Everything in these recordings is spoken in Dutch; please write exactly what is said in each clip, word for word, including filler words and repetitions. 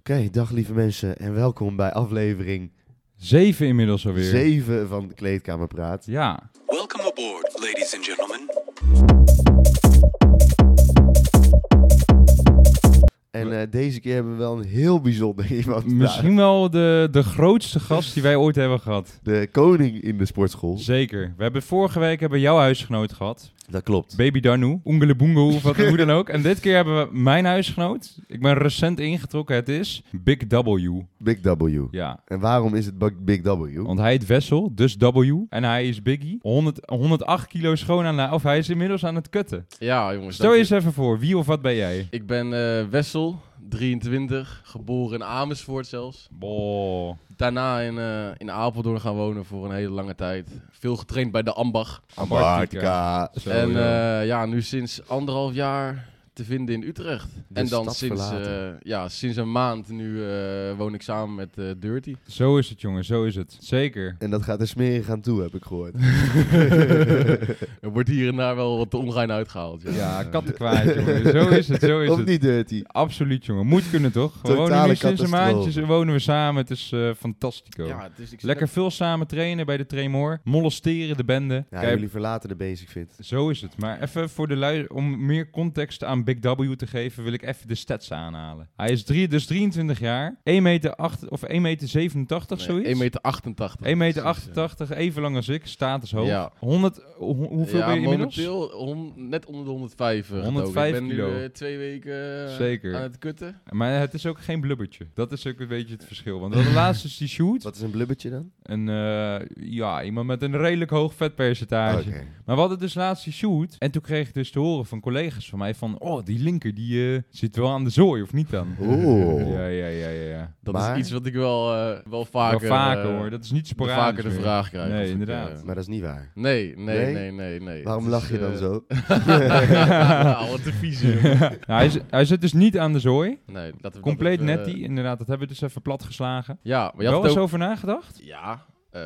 Oké, okay, dag lieve mensen en welkom bij aflevering... Zeven inmiddels alweer. Zeven van de Kleedkamerpraat. Ja. Welcome aboard, ladies and gentlemen. En uh, deze keer hebben we wel een heel bijzonder iemand. Misschien wel de, de grootste gast die wij ooit hebben gehad. De koning in de sportschool. Zeker. We hebben vorige week hebben jouw huisgenoot gehad. Dat klopt. Baby Danu, Oengeleboengo of wat hoe dan ook. En dit keer hebben we mijn huisgenoot. Ik ben recent ingetrokken. Het is Big W. Big W. Ja. En waarom is het Big W? Want hij heet Wessel, dus W. En hij is Biggie. honderd, honderdaacht kilo schoon aan de... Of hij is inmiddels aan het kutten. Ja, jongens. Stel je eens even voor. Wie of wat ben jij? Ik ben uh, Wessel, drieëntwintig. Geboren in Amersfoort zelfs. Boah. Daarna in, uh, in Apeldoorn gaan wonen voor een hele lange tijd. Veel getraind bij de Ambach. Ambartica. Zo, en ja. Uh, ja, nu sinds anderhalf jaar te vinden in Utrecht. De en dan stad sinds, uh, ja, sinds een maand nu uh, woon ik samen met uh, Dirty. Zo is het, jongen. Zo is het. Zeker. En dat gaat er smerig aan toe, heb ik gehoord. Er wordt hier en daar wel wat ongein uitgehaald. Ja, Ja, kattenkwaad, jongen. Zo is het, zo is Of het. niet Dirty? Absoluut, jongen. Moet kunnen, toch? We Totale wonen nu sinds een catastrofe. maandje, wonen we samen. Het is uh, fantastico. ja het is, ik Lekker veel samen trainen bij de Tremor. Molesteren, de bende. Ja, Kijk, jullie verlaten de basic fit. zo is het. Maar even voor de lui, om meer context aan Big W te geven, wil ik even de stats aanhalen. Hij is drie, dus drieëntwintig jaar. één meter acht of één meter zevenentachtig, nee, zoiets. één meter achtentachtig. één meter achtentachtig, even lang als ik. Status hoog. Ja. honderd, ho- hoeveel ja, ben je inmiddels? momenteel hon, net onder de honderdvijf. Uh, honderdvijf ik ben kilo. nu uh, twee weken uh, Zeker. aan het kutten. Maar het is ook geen blubbertje. Dat is ook een beetje het verschil. Want de laatste is die shoot. Wat is een blubbertje dan? En uh, ja, iemand met een redelijk hoog vetpercentage. Oké. Maar we hadden dus laatst die shoot. En toen kreeg ik dus te horen van collega's van mij van... Oh, die linker, die uh, zit wel aan de zooi, of niet dan? Oeh. Ja, ja, ja, ja. ja. Dat Maar- is iets wat ik wel, uh, wel vaker... Wel vaker uh, hoor. Dat is niet de sporadisch vaker de meer. vraag krijg. Nee, of ik, inderdaad. uh, Maar dat is niet waar. nee, nee, Nee? nee, nee, nee. Waarom Het lach is, je dan uh, zo? Ah, wat te vies. joh. Nou, hij, zit, hij zit dus niet aan de zooi. Nee, dat we Compleet dat even, netty, inderdaad. Dat hebben we dus even platgeslagen. Ja, maar je Wel had eens het ook... over nagedacht? Ja, uh,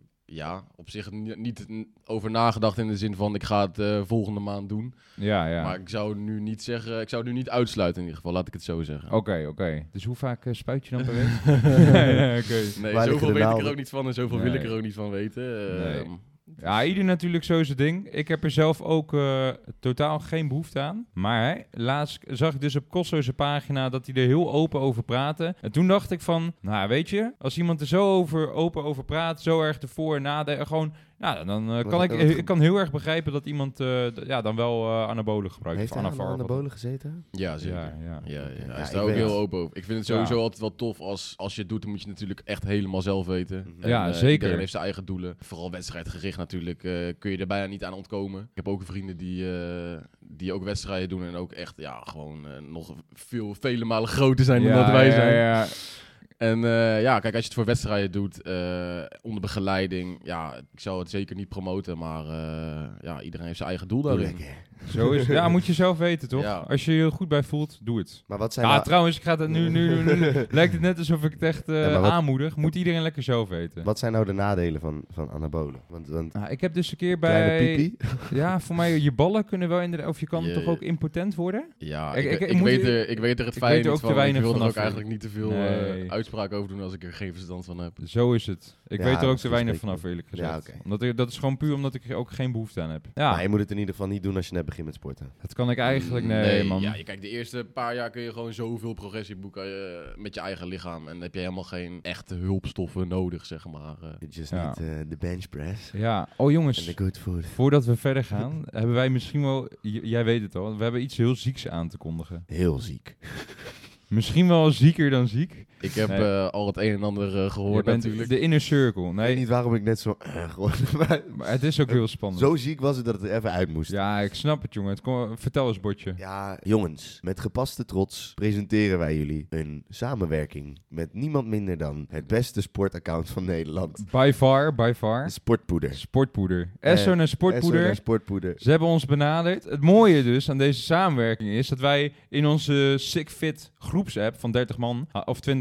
ja, op zich ni- niet n- over nagedacht in de zin van ik ga het uh, volgende maand doen. Ja, ja. Maar ik zou nu niet zeggen, ik zou nu niet uitsluiten in ieder geval, laat ik het zo zeggen. Oké, oké. Dus hoe vaak uh, spuit je dan per week? nee, nee, oké. Nee, Waar liggen zoveel de weet ik naalden? er ook niet van en zoveel Nee. wil ik er ook niet van weten. Uh, Nee. Ja, ieder natuurlijk zo zijn ding. Ik heb er zelf ook uh, totaal geen behoefte aan. Maar hè, laatst zag ik dus op Cosso's pagina dat hij er heel open over praatte. En toen dacht ik van, nou weet je, als iemand er zo over, open over praat, zo erg ervoor en nadenken, gewoon... Nou, dan uh, kan ik, ik kan heel erg begrijpen dat iemand uh, d- ja, dan wel uh, anabolen gebruikt. Heeft of hij aan de Anavar, wat- anabolen gezeten? Ja, zeker. Ja, ja. Ja, ja, Ja, hij is ik daar ook weet- heel open over. Ik vind het sowieso Ja. altijd wel tof als, als je het doet, dan moet je het natuurlijk echt helemaal zelf weten. En, Ja, eh, zeker. Iedereen heeft zijn eigen doelen. Vooral wedstrijdgericht natuurlijk, uh, kun je er bijna niet aan ontkomen. Ik heb ook vrienden die, uh, die ook wedstrijden doen en ook echt ja, gewoon uh, nog veel, vele malen groter zijn dan Ja, dat wij ja, zijn. ja. En uh, ja, kijk, als je het voor wedstrijden doet, uh, onder begeleiding, ja, ik zou het zeker niet promoten, maar uh, ja, iedereen heeft zijn eigen doel Doe daarin. lekker. Zo is het. Ja, moet je zelf weten, toch? Ja. Als je je er goed bij voelt, doe het. Maar wat zijn Ja, nou... trouwens, ik ga het nu, nu, nu, nu- lijkt het net alsof ik het echt uh, Ja, maar wat- aanmoedig. Moet iedereen lekker zelf weten. Wat zijn nou de nadelen van, van anabolen? Want, want Nou, ik heb dus een keer kleine bij... pipi. Ja, voor mij, je ballen kunnen wel inderdaad... Of je kan Je- toch ook impotent worden? Ja, Ik- ik, ik- ik, ik moet- weet, er, ik weet er het ik fijn weet er niet ook te van. weinig Ik wil er van ook af. eigenlijk niet te veel Nee. uh, uitspraken over doen als ik er geen verstand van heb. Zo is het. Ik Ja, weet er dat ook is te weinig respect, vanaf, eerlijk gezegd. Ja, oké. Omdat ik, dat is gewoon puur omdat ik er ook geen behoefte aan heb. Ja, Maar je moet het in ieder geval niet doen als je net begint met sporten. dat kan ik eigenlijk... Nee, man. Ja, je, kijk, de eerste paar jaar kun je gewoon zoveel progressie boeken uh, met je eigen lichaam. En dan heb je helemaal geen echte hulpstoffen nodig, zeg maar. Uh. Je just Ja. need uh, de bench press Ja. Oh, jongens. en de good food. Voordat we verder gaan, hebben wij misschien wel... j- Jij weet het al. We hebben iets heel zieks aan te kondigen. Heel ziek. Misschien wel zieker dan ziek. Ik heb Nee. uh, al het een en ander uh, Je gehoord bent natuurlijk. de inner circle. Ik weet Nee, niet waarom ik net zo... Uh, gewoon, maar maar het is ook heel spannend. zo ziek was het dat het er even uit moest. Ja, ik snap het, jongen. Het kon, vertel eens, Botje. Ja, jongens, met gepaste trots presenteren wij jullie een samenwerking met niemand minder dan het beste sportaccount van Nederland. By far, by far. Sportpoeder. Sportpoeder. Eh, Esso naar Esso Sportpoeder. naar Sportpoeder. Ze hebben ons benaderd. Het mooie dus aan deze samenwerking is dat wij in onze Sick Fit groepsapp van dertig man, ah, of twintig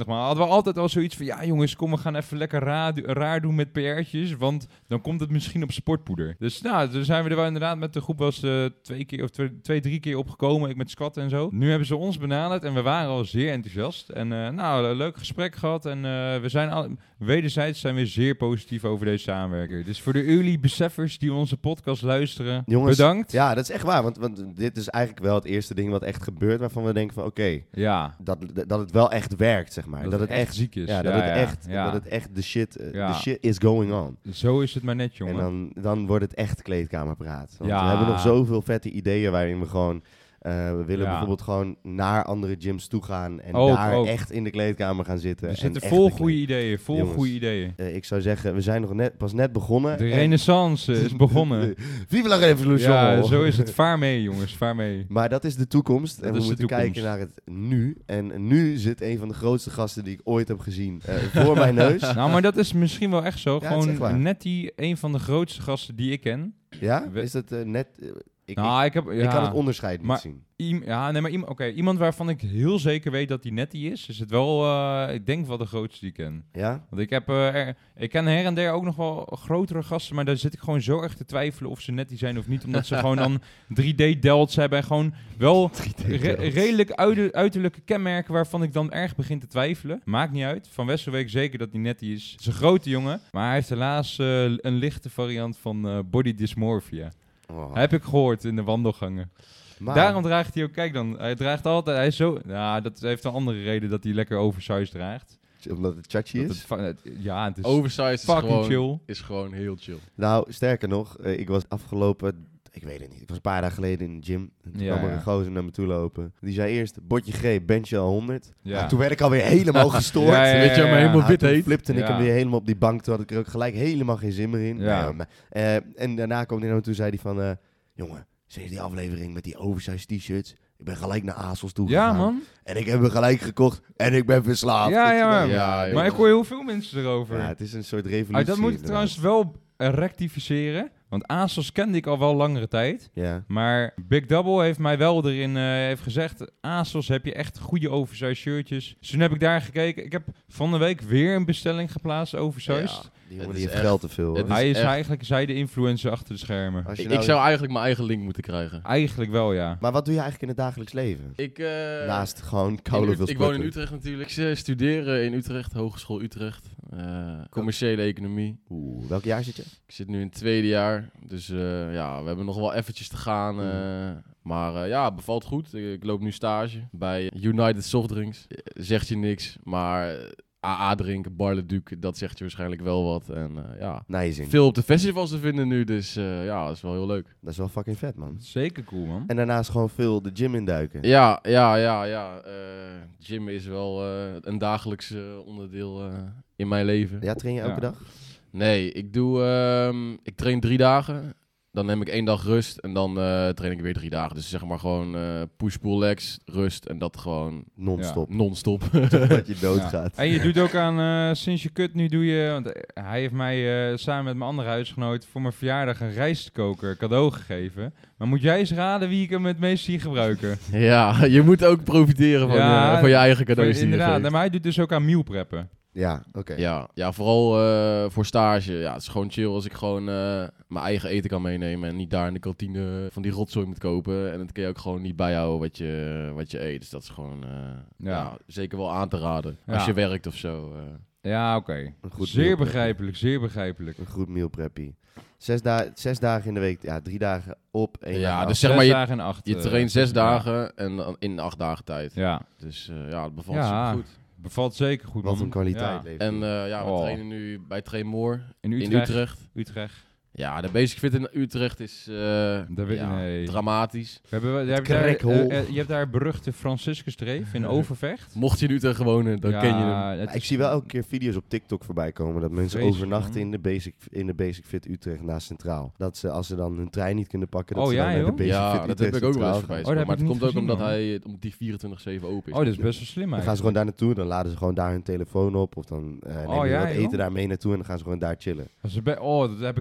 maar. Hadden we altijd al zoiets van, ja jongens, kom we gaan even lekker raar, raar doen met P R'tjes, want dan komt het misschien op sportpoeder. Dus nou, toen zijn we er wel inderdaad met de groep wel eens uh, twee keer of twee, twee, drie keer opgekomen, ik met Scott en zo. Nu hebben ze ons benaderd en we waren al zeer enthousiast. En uh, nou, een leuk gesprek gehad en uh, we zijn al, wederzijds zijn we zeer positief over deze samenwerking. Dus voor de early beseffers die onze podcast luisteren, Jongens, bedankt. Ja, dat is echt waar, want, want dit is eigenlijk wel het eerste ding wat echt gebeurt, waarvan we denken van oké, okay, Ja. dat, dat het wel echt werkt, zeg maar. Dat, Dat, het het echt echt ziek is. Ja, dat, Ja, het ja, echt, ja. dat het echt de shit, uh, Ja. de shit is going on. Zo is het maar net, jongen. En dan, dan wordt het echt kleedkamerpraat. Want Ja. we hebben nog zoveel vette ideeën waarin we gewoon... Uh, we willen Ja. bijvoorbeeld gewoon naar andere gyms toe gaan en Ook, daar ook. echt in de kleedkamer gaan zitten. We en zitten echt vol de kleed- goede ideeën, vol Jongens. goede ideeën. Uh, ik zou zeggen, we zijn nog net, pas net begonnen. De en- renaissance is begonnen. Vive la revolution! Ja, zo is het. Vaar mee, jongens, vaar mee. Maar dat is de toekomst. Dat en we is de moeten toekomst. kijken naar het nu. En nu zit een van de grootste gasten die ik ooit heb gezien uh, voor mijn neus. Nou, maar dat is misschien wel echt zo. Ja, het is echt waar. Gewoon net die, een van de grootste gasten die ik ken. Ja? We- Is dat uh, net... uh, ik, Nou, ik heb... ik, Ja, ik kan het onderscheid niet maar- zien. iem- ja, nee, maar iem- oké, iemand waarvan ik heel zeker weet dat die nettie is, is het wel, eh, ik denk wel de grootste die ik ken. Ja? Want ik heb, eh, er, ik ken her en der ook nog wel grotere gasten, maar daar zit ik gewoon zo erg te twijfelen of ze nettie zijn of niet, omdat ze gewoon dan drie D-delts hebben en gewoon wel re- redelijk uiter- uiterlijke kenmerken waarvan ik dan erg begin te twijfelen. Maakt niet uit. Van Wessel weet ik zeker dat hij nettie is. Het is een grote jongen, maar hij heeft helaas eh, een lichte variant van eh, body dysmorphia. Oh. Heb ik gehoord in de wandelgangen. Maar- Daarom draagt hij ook, kijk dan, hij draagt altijd, hij is zo, nou, dat heeft een andere reden dat hij lekker oversized draagt. Omdat het chachi Dat is? het va- het- ja, het is Oversized is fucking gewoon, chill. is gewoon heel chill. Nou, sterker nog, uh, ik was afgelopen, ik weet het niet, ik was een paar dagen geleden in de gym. En toen Ja, kwam er ja. een gozer naar me toe lopen. Die zei eerst, bordje G, bench je al honderd. Ja. En toen werd ik alweer helemaal gestoord. Ja, ja, ja, Weet je, maar ja. helemaal Ja, wit toen heet. flipte ik Ja. hem weer helemaal op die bank. Toen had ik er ook gelijk helemaal geen zin meer in. Ja. Nou, maar, eh, en daarna kwam hij naar me toe, zei hij van... eh, jongen, sinds die aflevering met die oversized t-shirts... Ik ben gelijk naar ASOS toe Ja, gegaan. man. En ik heb hem gelijk gekocht. En ik ben verslaafd. Ja, ja, maar, Ja, maar joh. ik hoor heel veel mensen erover. Ja, het is een soort revolutie. Ah, dat moet ik inderdaad. trouwens wel eh, rectificeren. Want ASOS kende ik al wel langere tijd. Ja. Maar Big Double heeft mij wel erin eh, heeft gezegd... ASOS heb je echt goede oversized shirtjes. Dus toen heb ik daar gekeken. Ik heb van de week weer een bestelling geplaatst oversized. Ja. Die Het jongen is die heeft echt- geld te veel. het hoor. is Hij is echt- eigenlijk zij de influencer achter de schermen. Als je Ik, nou- ik zou eigenlijk mijn eigen link moeten krijgen. Eigenlijk wel, ja. Maar wat doe je eigenlijk in het dagelijks leven? Ik, eh, Naast gewoon in koude Ut- veel ik woon in sporten. Utrecht natuurlijk. Ik eh, studeer eh, in Utrecht, Hogeschool Utrecht. Eh, commerciële economie. Oeh, welk jaar zit je? Ik zit nu in het tweede jaar. Dus eh, ja, we hebben nog wel eventjes te gaan. eh, maar eh, ja, het bevalt goed. Ik, ik loop nu stage bij United Softdrinks. Eh, Zegt je niks, maar eh, A A drinken, Barleduc, dat zegt je waarschijnlijk wel wat. En eh, ja, Nijzing. veel op de festivals te vinden nu. Dus eh, ja, dat is wel heel leuk. Dat is wel fucking vet, man. Zeker cool, man. En daarnaast gewoon veel de gym induiken. Ja, ja, ja, ja. eh gym is wel eh, een dagelijks eh, onderdeel eh, in mijn leven. Ja, train je elke Ja. dag? Nee, ik doe, ehm, ik train drie dagen. Dan neem ik één dag rust en dan eh, train ik weer drie dagen. Dus zeg maar gewoon eh, push-pull legs, rust en dat gewoon Non-stop. non-stop. Dat je Ja. doodgaat. En je doet ook aan, eh, sinds je kut nu doe je, want eh, hij heeft mij eh, samen met mijn andere huisgenoot voor mijn verjaardag een rijstkoker cadeau gegeven. Maar moet jij eens raden wie ik hem het meest zie gebruiken? Ja, je moet ook profiteren van, Ja, eh, van je eigen cadeaus die je Inderdaad, geeft. en maar hij doet dus ook aan meal preppen. Ja, oké. Ja, ja, vooral eh, voor stage. Ja, het is gewoon chill als ik gewoon eh, mijn eigen eten kan meenemen en niet daar in de kantine van die rotzooi moet kopen. En dan kun je ook gewoon niet bijhouden wat je, wat je eet. Dus dat is gewoon eh, Ja. ja. zeker wel aan te raden Ja. als je werkt of zo. eh. Ja, oké. Een goed Zeer meal begrijpelijk, zeer begrijpelijk. Een goed meal preppie. Zes, da- zes dagen in de week, ja, drie dagen op, één Ja, dag af. dus zeg Zes maar, je, dagen en acht. je eh, traint zes ja. dagen en dan in acht dagen tijd. Ja, Dus eh, ja, dat bevalt Ja. super goed. bevalt zeker goed, Wat man. een kwaliteit Ja. levert. En eh, ja, we Oh. trainen nu bij Train More In in Utrecht. Utrecht. Utrecht. Ja, de Basic Fit in Utrecht is eh, Dat weet- ja, nee. dramatisch. We hebben, je, hebt daar, krekhol. eh, eh, je hebt daar beruchte Franciscus-dreef in Overvecht. Mocht je in Utrecht wonen, dan Ja, ken je hem. het Maar ik is- zie wel elke keer video's op TikTok voorbij komen dat mensen Vreselijk, overnachten man. in de, basic, in de Basic Fit Utrecht naast Centraal. Dat ze, als ze dan hun trein niet kunnen pakken, dat Oh, ze ja, dan naar de joh? Basic Ja, Fit dat Utrecht heb ik ook wel eens Centraal voorbij gaan. Oh, dat Maar heb het ik komt ook niet omdat gezien, hij om die vierentwintig zeven open is. Oh, dat is best wel slim Dan gaan ze eigenlijk. gewoon daar naartoe, dan laden ze gewoon daar hun telefoon op of dan eh nemen Oh, ze ja, wat joh. eten daar mee naartoe en dan gaan ze gewoon daar chillen. Dat is be- oh, dat heb ik echt nog nooit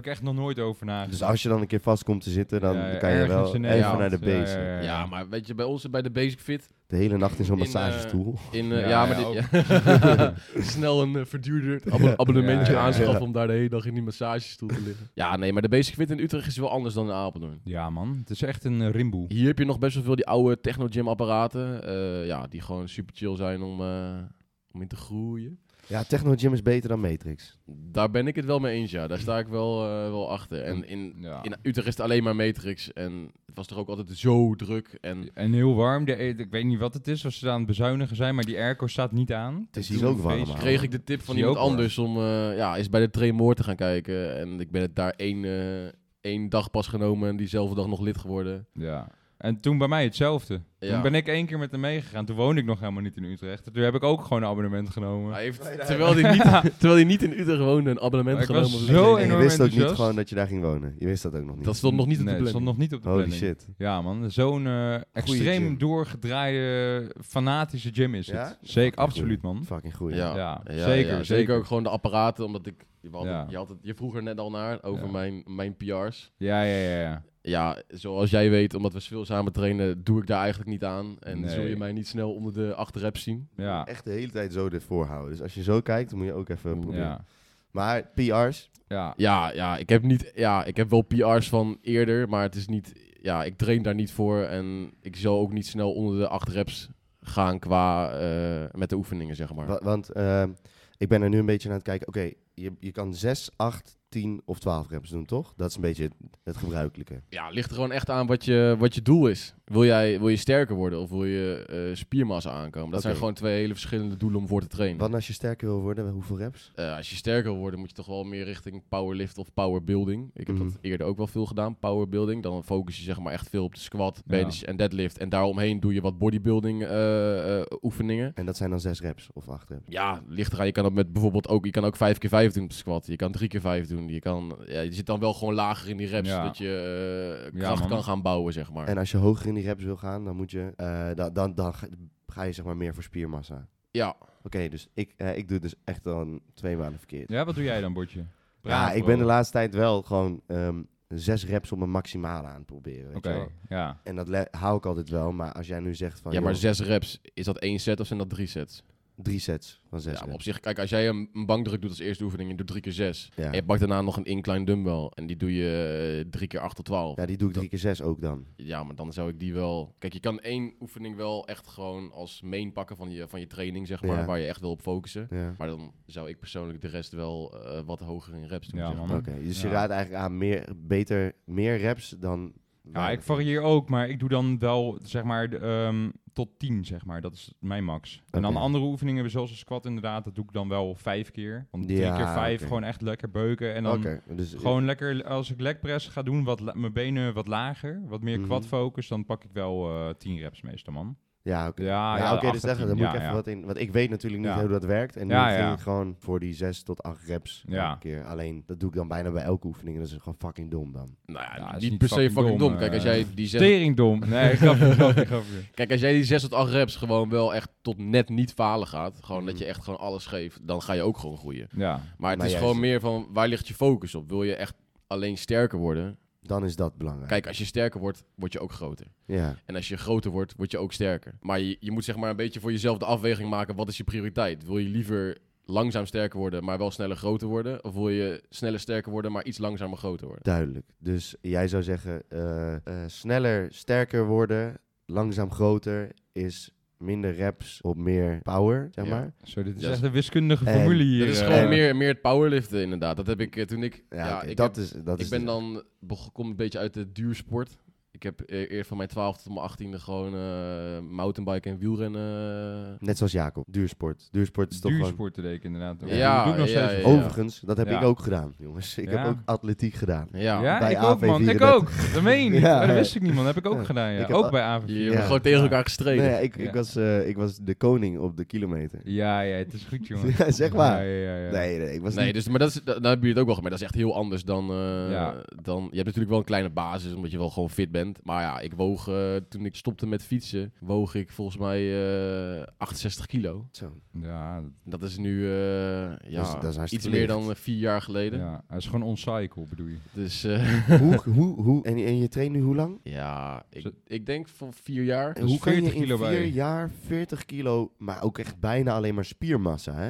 nooit over nagedacht. Dus als je dan een keer vast komt te zitten, dan Ja, ja, kan je ergens wel in even Nederland. naar de Ja, basic. ja, ja, ja. Ja, maar weet je, bij ons bij de Basic Fit... De hele nacht in zo'n In, eh, massagestoel. In, eh, Ja, ja, maar ja, dit, ja. snel een uh, verduurder abo- abonnementje Ja, ja, ja. aanschaffen om daar de hele dag in die massagestoel te liggen. Ja, nee, maar de Basic Fit in Utrecht is wel anders dan in Apeldoorn. Ja, man. Het is echt een uh, rimboe. Hier heb je nog best wel veel die oude techno-gym apparaten. Uh, ja, die gewoon super chill zijn om, uh, om in te groeien. Ja, Techno Gym is beter dan Matrix. Daar ben ik het wel mee eens, ja. Daar sta ik wel, uh, wel achter. En in, Ja. in Utrecht is het alleen maar Matrix. En het was toch ook altijd zo druk. En En heel warm. De, ik weet niet wat het is, als ze aan het bezuinigen zijn, maar die airco staat niet aan. Het is Toen hier ook feest- warm, man. kreeg ik de tip van Zie je iemand ook, hoor. anders om uh, ja, eens bij de Tremor te gaan kijken. En ik ben het daar één, uh, één dag pas genomen en diezelfde dag nog lid geworden. Ja. En toen bij mij hetzelfde. Ja. Toen ben ik één keer met hem meegegaan. Toen woonde ik nog helemaal niet in Utrecht. Toen heb ik ook gewoon een abonnement genomen. Hij heeft, terwijl, hij niet, terwijl hij niet in Utrecht woonde, een abonnement Maar ik genomen. was op zo de En je enorm wist ook niet enthousiast. gewoon dat je daar ging wonen. Je wist dat ook nog niet. Dat stond nog niet op de Nee, het planning. stond nog niet op de Holy planning. shit. Ja, man. Zo'n uh, extreem gym. doorgedraaide, fanatische gym is Ja? het. Zeker, absoluut, man. Fucking goed. Ja, Ja, ja, zeker, ja. zeker. ook gewoon de apparaten, omdat ik... Je, had, Ja. je had het je vroeg er net al naar over Ja. mijn, mijn P R's. Ja, ja, ja, ja. Ja, zoals jij weet, omdat we veel samen trainen, doe ik daar eigenlijk niet aan. En Nee. zul je mij niet snel onder de acht reps zien. Ja, Echt de hele tijd zo dit voorhouden. Dus als je zo kijkt, dan moet je ook even proberen. ja. Maar P R's, Ja, Ja, ja, ik heb niet, ja, ik heb wel P R's van eerder, maar het is niet, ja, ik train daar niet voor en ik zal ook niet snel onder de acht reps gaan qua eh, met de oefeningen, zeg maar. wa- want eh, ik ben er nu een beetje aan het kijken. Oké, je, je kan zes, acht, tien of twaalf reps doen, toch? Dat is een beetje het, het gebruikelijke. Ja, ligt er gewoon echt aan wat je, wat je doel is. Wil jij, wil je sterker worden of wil je eh, spiermassa aankomen? Dat Oké. zijn gewoon twee hele verschillende doelen om voor te trainen. Wat als je sterker wil worden, hoeveel reps? Eh, als je sterker wil worden, moet je toch wel meer richting powerlift of powerbuilding. Ik heb Mhm. dat eerder ook wel veel gedaan, powerbuilding. Dan focus je zeg maar echt veel op de squat, Ja. bench en deadlift. En daaromheen doe je wat bodybuilding eh, eh, oefeningen. En dat zijn dan zes reps of acht reps. Ja, ligt eraan. Je kan dat met bijvoorbeeld ook, je kan ook vijf keer vijf doen op de squat. Je kan drie keer vijf doen. Je kan, ja, je zit dan wel gewoon lager in die reps, Ja. zodat je eh, Ja, kracht man. kan gaan bouwen, zeg maar. En als je hoger in die reps wil gaan, dan moet je, eh, dan, dan, dan ga, ga je zeg maar meer voor spiermassa. Ja, Oké, dus ik, eh, ik doe dus echt dan twee maanden verkeerd. ja, wat doe jij dan, Bordje? Ja, Braaf, ik ben de bro. laatste tijd wel gewoon ehm, zes reps op mijn maximale aan het proberen. weet Oké, je wel. ja. En dat le- hou ik altijd wel, maar als jij nu zegt van ja, maar joh, zes reps, is dat één set of zijn dat drie sets? drie sets van zes Ja, maar op reps. zich, kijk, als jij een, een bankdruk doet als eerste oefening, je doet drie keer zes. Ja. En je pakt daarna nog een incline dumbbell en die doe je eh, drie keer acht tot twaalf. Ja, die doe ik drie keer zes ook dan. Ja, maar dan zou ik die wel... Kijk, je kan één oefening wel echt gewoon als main pakken van je, van je training, zeg maar, Ja. waar je echt wil op focussen. Ja. Maar dan zou ik persoonlijk de rest wel eh, wat hoger in reps doen. Ja, zeg man. maar. Oké, dus je Ja. raadt eigenlijk aan meer, beter, meer reps dan... Ja, weinig ik varieer ook, maar ik doe dan wel, zeg maar, de, ehm, tot tien, zeg maar. Dat is mijn max. En dan Oké. andere oefeningen, zoals een squat inderdaad, dat doe ik dan wel vijf keer. Want drie Ja, keer vijf, oké. gewoon echt lekker beuken. En dan Oké, dus gewoon lekker, als ik leg press ga doen, wat la- mijn benen wat lager, wat meer Mhm. quad focus, dan pak ik wel eh tien reps meestal, man. Ja, oké. Ja, Ja, ja, oké, acht dus tot daar, tien, daar moet ja, ik even ja. wat in... Want ik weet natuurlijk niet Ja. hoe dat werkt. En nu Ja, ging ja. ik gewoon voor die zes tot acht reps Ja. elke keer. Alleen, dat doe ik dan bijna bij elke oefening. En dat is gewoon fucking dom dan. Nou ja, Ja, is niet, niet per se fucking fucking dom. dom, Kijk, als eh, jij die zes... Teringdom. Nee, grapje, grapje, grapje. Kijk, als jij die zes tot acht reps gewoon wel echt tot net niet falen gaat, gewoon Mhm. dat je echt gewoon alles geeft, dan ga je ook gewoon groeien. Ja, Maar het Maar is juist- gewoon meer van, waar ligt je focus op? Wil je echt alleen sterker worden? Dan is dat belangrijk. Kijk, als je sterker wordt, word je ook groter. Ja, En als je groter wordt, word je ook sterker. Maar je, je moet zeg maar een beetje voor jezelf de afweging maken, wat is je prioriteit? Wil je liever langzaam sterker worden, maar wel sneller groter worden? Of wil je sneller sterker worden, maar iets langzamer groter worden? duidelijk. Dus jij zou zeggen, eh, eh, sneller, sterker worden, langzaam groter, is minder reps op meer power, zeg Ja. maar. zo, dit is Ja, echt een wiskundige en- formule hier. Dat is eh. gewoon eh, meer, meer het powerliften inderdaad. Dat heb ik eh, toen ik... Ja, Ja, oké, ik dat heb- is... Dat Ik is ben de- dan beg- kom een beetje uit de duursport. Ik heb e- eerst van mijn twaalfde tot mijn achttiende gewoon eh mountainbiken en wielrennen. Net zoals Jacob, duursport. Duursport is toch gewoon... Duursport te denken, inderdaad. Ja, Ja, dat doe ik nog ja, steeds. ja. Overigens, dat heb Ja. ik ook gedaan, jongens. Ik Ja. heb ook atletiek gedaan. Ja, Ja, bij ik ook, man. Ik A V ook. Dat meen je niet. Ja, Oh, dat ja. wist ik niet, man. Dat heb ik ook Ja. gedaan, ja. Ik heb Ook al- bij A V je vier. hebt Ja. gewoon tegen Ja. elkaar gestreden. Nee, ik, Ja. ik, was, eh, ik was de koning op de kilometer. Ja, ja, het is goed, jongen. Ja, zeg maar. Ja, ja, ja, ja. Nee, nee, ik was Nee, niet... dus, maar dat is, da- daar heb je het ook wel gemaakt. Dat is echt heel anders dan, eh, Ja. dan... Je hebt natuurlijk wel een kleine basis, omdat je wel gewoon fit bent. bent. Maar ja, ik woog, uh, toen ik stopte met fietsen, woog ik volgens mij uh, achtenzestig kilo. Zo. Ja, Dat is nu uh, ja, Dus dat is hartstikke iets meer licht. dan uh, vier jaar geleden. ja, hij is gewoon on-cycle, bedoel je? Dus uh, hoe, hoe, hoe, en, en je traint nu hoe lang? ja, ik, Zo- ik denk van vier jaar. En Dus hoe kan je veertig in kilo vier bij. jaar veertig kilo, maar ook echt bijna alleen maar spiermassa, hè?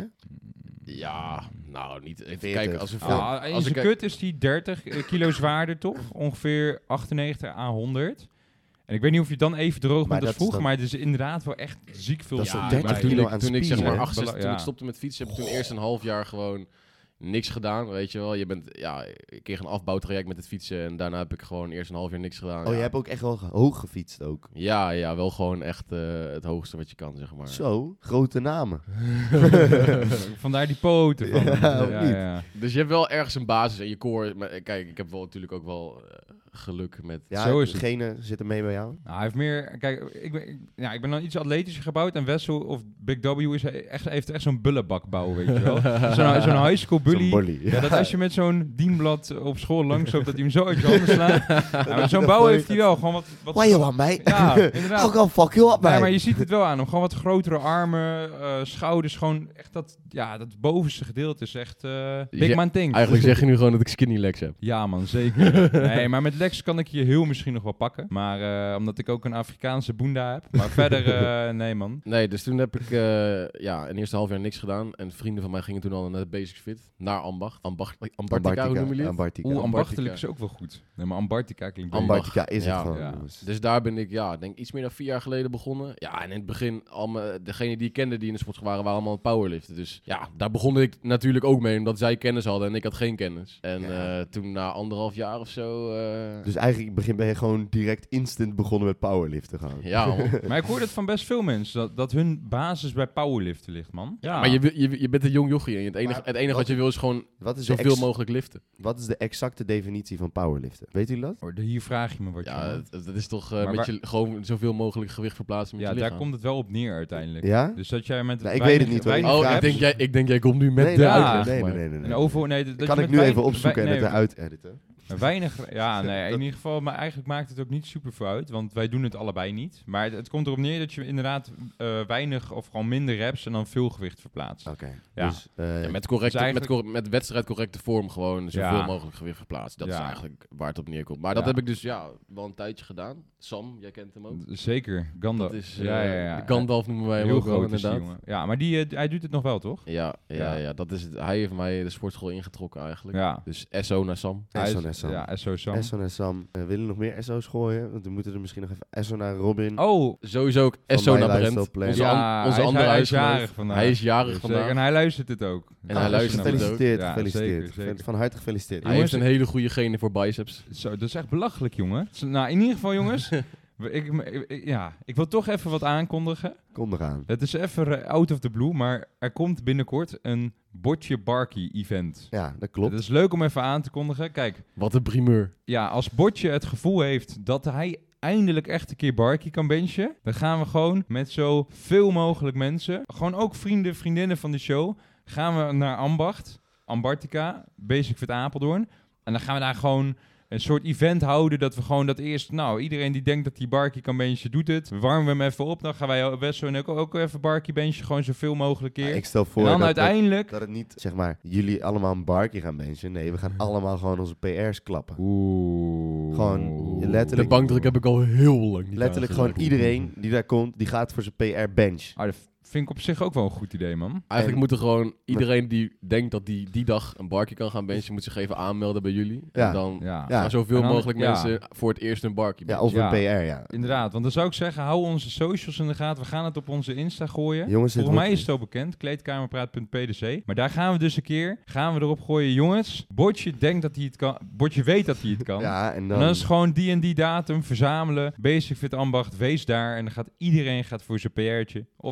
Ja, nou niet. Even veertig. kijken, als we veel... Ja, in als ik zijn kut is die dertig kilo zwaarder, toch? Ongeveer achtennegentig à honderd. En ik weet niet of je dan even droog Maar bent als dat is vroeg, dan- maar het is inderdaad wel echt ziek veel Dat is spier toch Ja, dertig maar bij. toen kilo ik, aan toen ik zeg spieren, maar hè? achtenzestig, toen Ja. ik stopte met fietsen, heb ik toen eerst een half jaar gewoon niks gedaan, weet je wel. Je bent, ja, ik kreeg een afbouwtraject met het fietsen en daarna heb ik gewoon eerst een half jaar niks gedaan. Oh, ja. je hebt ook echt wel ge- hoog gefietst ook. Ja, ja, wel gewoon echt uh, het hoogste wat je kan, zeg maar. Zo, grote namen. Vandaar die poten van. Ja, of niet? ja. Dus je hebt wel ergens een basis en je core. Maar eh, kijk, ik heb wel natuurlijk ook wel uh, geluk met... Ja, Zo is het. degene zit er mee bij jou. Nou, hij heeft meer... Kijk, ik ben, ik, ja, ik ben dan iets atletischer gebouwd en Wessel of Big W is echt, heeft echt zo'n bullebakbouw, weet je wel. Zo'n zo'n high school bully. Zo'n bully. Ja, dat als je met zo'n dienblad op school langsloopt, dat hij hem zo uit je handen slaat. Ja, maar zo'n bouw heeft hij wel. Gewoon wat... wat Why you want, mate? Ja, inderdaad. I'll go fuck you up, Nee, mate. maar je ziet het wel aan hem. Gewoon wat grotere armen, uh, schouders. Gewoon echt dat, ja, dat bovenste gedeelte is echt uh, big Ja, man thing. Eigenlijk zeg je nu gewoon dat ik skinny legs heb. Ja man, zeker. Nee, maar met Lex kan ik je heel misschien nog wel pakken. Maar uh, omdat ik ook een Afrikaanse boenda heb. Maar verder, uh, nee man. Nee, dus toen heb ik uh, ja, een eerste half jaar niks gedaan. En vrienden van mij gingen toen al naar de Basic Fit. Naar Ambacht. Ambacht Ambartica, hoe noem je het? Ambartica. Oeh, Ambartica. ambachtelijk is ook wel goed. Nee, maar Ambartica klinkt beter. Ambartica is Ja. het gewoon. Ja. jongens. Dus daar ben ik, ja, denk iets meer dan vier jaar geleden begonnen. Ja, en in het begin, al me, degenen die ik kende die in de sport waren, waren allemaal aan het powerliften. Dus ja, daar begon ik natuurlijk ook mee, omdat zij kennis hadden en ik had geen kennis. En Ja. uh, toen na anderhalf jaar of zo... Uh, Dus eigenlijk begin ben je gewoon direct instant begonnen met powerliften gaan. ja, man. Maar ik hoor het van best veel mensen, dat, dat hun basis bij powerliften ligt, man. Ja, Maar je, wil- je, je bent een jong jochie en het enige, Maar het enige wat wat- je wil is gewoon Wat is, de zoveel ex- mogelijk liften. wat is de exacte definitie van powerliften? Weet jullie dat? Oh, de- hier vraag je me wat Ja, je... het- dat is toch uh, Maar met waar- je, gewoon zoveel mogelijk gewicht verplaatsen met Ja, je daar lichaam. komt het wel op neer uiteindelijk. Ja? Dus dat jij met Nou, ik weinig- weet het niet, hoor. weinig Oh, ik vraag- denk, jij, ik denk jij komt nu met nee, de nee, uitleg, nee, nee, maar- nee, nee, nee. En over, nee, dat kan je ik met nu weinig- even opzoeken wij- en het nee, eruit editen. Maar weinig, ja, nee, in ieder geval, maar eigenlijk maakt het ook niet super veel uit, want wij doen het allebei niet. Maar het, het komt erop neer dat je inderdaad uh, weinig of gewoon minder reps en dan veel gewicht verplaatst. Oké. Ja. Dus, eh, Ja, met, correcte, Dus eigenlijk- met, cor- met wedstrijdcorrecte vorm gewoon zoveel Ja. mogelijk gewicht verplaatsen. Dat is Ja. eigenlijk waar het op neerkomt. Maar dat Ja. heb ik dus ja, wel een tijdje gedaan. Sam, jij kent hem ook. Zeker, Gandalf. Dat is, ja, uh, ja, ja. de Gandalf noemen wij hem Heel ook wel groot is die inderdaad. jongen. Ja, maar die, uh, hij doet het nog wel, toch? Ja, ja, Ja. ja. dat is het. Hij heeft mij de sportschool ingetrokken eigenlijk. Ja. Dus S O naar Sam. Hij is- Esso naar Sam. Ja, S O Sam. Esso naar Sam. Uh, willen we nog meer Esso's gooien? Want we moeten er misschien nog even Esso naar Robin. Oh, Sowieso ook Van S O My naar Lifestyle Brent. Plan. Onze, ja, an- onze hij is- andere hij is huisgenoot. jarig vandaag. Hij is jarig Zeker, vandaag. en hij luistert het ook. En Ja, hij dat is luistert een- het ook. Gefeliciteerd, Ja, gefeliciteerd. zeker, zeker. Van harte gefeliciteerd. Hij Jongens- heeft een hele goede genen voor biceps. Zo, dat is echt belachelijk, jongen. Zo, Nou, in ieder geval, jongens. we- ik, ik- ja, ik wil toch even wat aankondigen. Kom eraan. Het is even eh, out of the blue, maar er komt binnenkort een Botje Barkie event. Ja, dat klopt. Het is leuk om even aan te kondigen. Kijk, Wat een primeur. ja, als Botje het gevoel heeft dat hij eindelijk echt een keer Barkie kan benchen, dan gaan we gewoon met zo veel mogelijk mensen, gewoon ook vrienden, vriendinnen van de show, gaan we naar Ambacht, Ambartica, Basic Fit Apeldoorn. En dan gaan we daar gewoon een soort event houden dat we gewoon dat eerst, nou, iedereen die denkt dat die Barkie kan benchen, doet het. We warmen we hem even op, dan gaan wij best zo en ook, ook even Barkie benchen, gewoon zoveel mogelijk keer. Ja, ik stel voor en dan dat, dat, uiteindelijk... dat het niet, zeg maar, jullie allemaal een barkie gaan benchen. Nee, we gaan allemaal gewoon onze P R's klappen. Oeh. Gewoon De letterlijk- bankdruk heb ik al heel lang niet Letterlijk gewoon aangeraakt. iedereen die daar komt, die gaat voor zijn P R bench. Ah, dat vind ik op zich ook wel een goed idee, man. Eigenlijk En- moet er gewoon iedereen die denkt dat die die dag een barkie kan gaan benchen, moet zich even aanmelden bij jullie. Ja. En dan Ja, Ja. gaan zoveel En dan- mogelijk ja. mensen voor het eerst een barkie Ja, benchen. of een Ja. P R, ja. inderdaad. Want dan zou ik zeggen, hou onze socials in de gaten. We gaan het op onze Insta gooien. Jongens, dit Volgens mij wordt- is het al bekend, kleedkamerpraat punt p d c. Maar daar gaan we dus een keer, gaan we erop gooien. Jongens, Botje denkt dat hij het kan. Botje weet dat hij het kan. Ja, en En dan... dan is het gewoon die en die datum verzamelen. Basic Fit Ambacht, wees daar. En dan gaat iedereen gaat voor zijn P R'tje. Of inderdaad,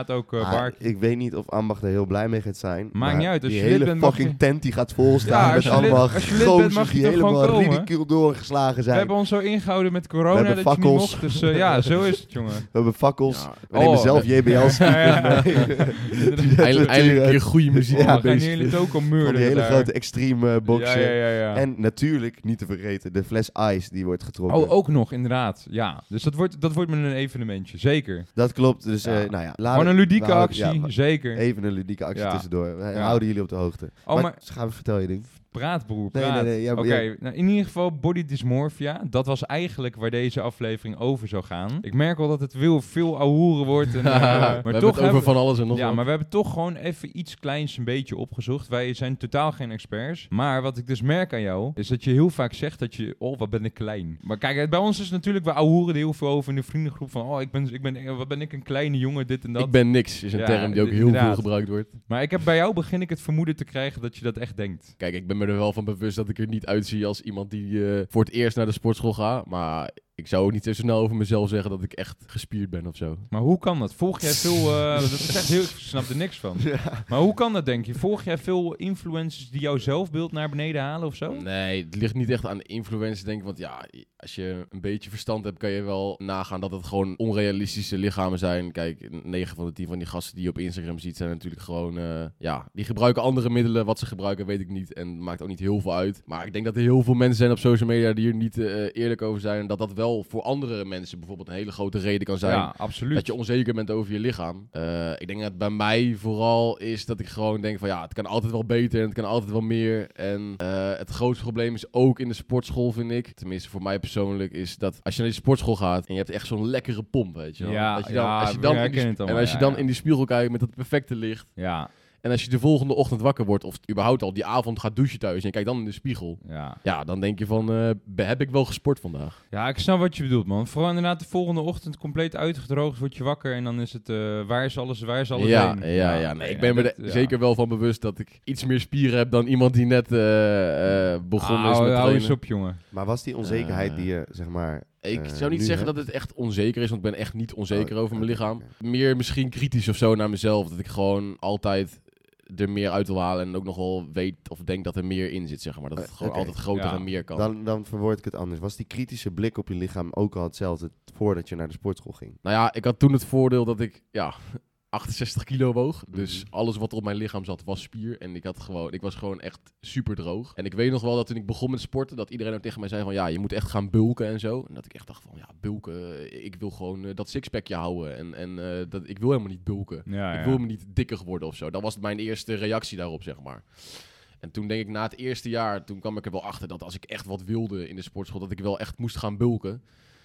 inderdaad ook uh, Ah, Bark. ik weet niet of Ambach er heel blij mee gaat zijn. Maakt maar niet uit, als die je lid hele bent, mag fucking je- tent die gaat volstaan Ja, met als je lid- allemaal als je lid bent, gozers mag je die toch gewoon helemaal komen? ridicuul doorgeslagen We zijn. hebben ons zo ingehouden met corona We dat hebben je niet fakkels. mocht. Dus uh, ja, zo is het, jongen. We hebben fakkels. Ja. We nemen Oh, zelf J B L Ja, ja. mee. Eindelijk, eindelijk een keer goede muziek. Oh, Ja, gaan basically. jullie het ook al Van murden? die hele daar? grote extreme uh, boxen. Ja, ja, ja, ja. En natuurlijk, niet te vergeten, de fles ice die wordt getrokken. Oh, ook nog, inderdaad. Ja, dus dat wordt, dat wordt met een evenementje, zeker. Dat klopt. Dus, Ja. uh, nou ja. laten- Gewoon een ludieke we houden- actie, ja, zeker. even een ludieke actie Ja. tussendoor. We Ja. houden jullie op de hoogte. Oh, maar Ga vertel je ding. praat, broer, Nee, praat. nee, nee, ja, Oké, ja. nou, in ieder geval body dysmorphia. Dat was eigenlijk waar deze aflevering over zou gaan. Ik merk wel dat het veel, veel ahoeren wordt. En, uh, we maar hebben toch het over hebben van alles en nog Ja, wat. maar we hebben toch gewoon even iets kleins een beetje opgezocht. Wij zijn totaal geen experts. Maar wat ik dus merk aan jou, is dat je heel vaak zegt dat je... Oh, wat ben ik klein. Maar kijk, bij ons is het natuurlijk... We ahoeren er heel veel over in de vriendengroep van... Oh, ik ben, ik ben, wat ben ik een kleine jongen, dit en dat. Ik ben niks, is een Ja, term die ook heel inderdaad. veel gebruikt wordt. Maar ik heb bij jou begin ik het vermoeden te krijgen dat je dat echt denkt. Kijk, ik ben me er wel van bewust dat ik er niet uitzie als iemand die uh, voor het eerst naar de sportschool gaat. Maar ik zou ook niet zo snel over mezelf zeggen dat ik echt gespierd ben of zo. Maar hoe kan dat? Volg jij veel... Uh, dat is echt heel... Ik snap er niks van. Ja. Maar hoe kan dat, denk je? Volg jij veel influencers die jouw zelfbeeld naar beneden halen of zo? Nee, het ligt niet echt aan de influencers, denk ik. Want ja, als je een beetje verstand hebt, kan je wel nagaan dat het gewoon onrealistische lichamen zijn. Kijk, negen van de tien van die gasten die je op Instagram ziet, zijn natuurlijk gewoon... Uh, ja, die gebruiken andere middelen. Wat ze gebruiken, weet ik niet. En maakt ook niet heel veel uit. Maar ik denk dat er heel veel mensen zijn op social media die er niet uh, eerlijk over zijn. En dat dat wel voor andere mensen bijvoorbeeld een hele grote reden kan zijn. Ja, absoluut. Dat je onzeker bent over je lichaam. Uh, ik denk dat bij mij vooral is dat ik gewoon denk van ja, het kan altijd wel beter en het kan altijd wel meer. En uh, het grootste probleem is ook in de sportschool, vind ik. Tenminste, voor mij persoonlijk is dat als je naar de sportschool gaat en je hebt echt zo'n lekkere pomp, weet je wel. Ja, dat je dan, ja, als je dan we in die, herkennen het allemaal, en als je ja, dan ja. in die spiegel kijkt met dat perfecte licht. Ja, En als je de volgende ochtend wakker wordt, of überhaupt al die avond gaat douchen thuis en je kijkt dan in de spiegel. ja. Ja, dan denk je van, uh, heb ik wel gesport vandaag? Ja, ik snap wat je bedoelt, man. Vooral inderdaad de volgende ochtend compleet uitgedroogd, word je wakker en dan is het, uh, waar is alles, waar is alles Ja, heen? ja, ja. Nee, ik ben me dat- er ja. zeker wel van bewust dat ik iets meer spieren heb dan iemand die net uh, uh, begonnen is Ah, met hou trainen. eens op, jongen. Maar was die onzekerheid Uh, die je, zeg maar... Ik uh, zou niet nu zeggen hebt? dat het echt onzeker is, want ik ben echt niet onzeker Oh, over mijn oké, lichaam. oké. Meer misschien kritisch of zo naar mezelf. Dat ik gewoon altijd er meer uit wil halen en ook nog wel weet of denk dat er meer in zit, zeg maar. Dat het Uh, gewoon oké. altijd groter Ja. en meer kan. Dan, dan verwoord ik het anders. Was die kritische blik op je lichaam ook al hetzelfde voordat je naar de sportschool ging? Nou ja, ik had toen het voordeel dat ik, ja... achtenzestig kilo woog. Dus Mhm. alles wat er op mijn lichaam zat was spier. En ik, had gewoon, ik was gewoon echt super droog. En ik weet nog wel dat toen ik begon met sporten, dat iedereen ook tegen mij zei van ja, je moet echt gaan bulken en zo. En dat ik echt dacht van ja, bulken, ik wil gewoon uh, dat sixpackje houden. En, en uh, dat, ik wil helemaal niet bulken. Ja, ik ja. wil helemaal niet dikker worden of zo. Dat was mijn eerste reactie daarop, zeg maar. En toen denk ik na het eerste jaar, toen kwam ik er wel achter dat als ik echt wat wilde in de sportschool, dat ik wel echt moest gaan bulken.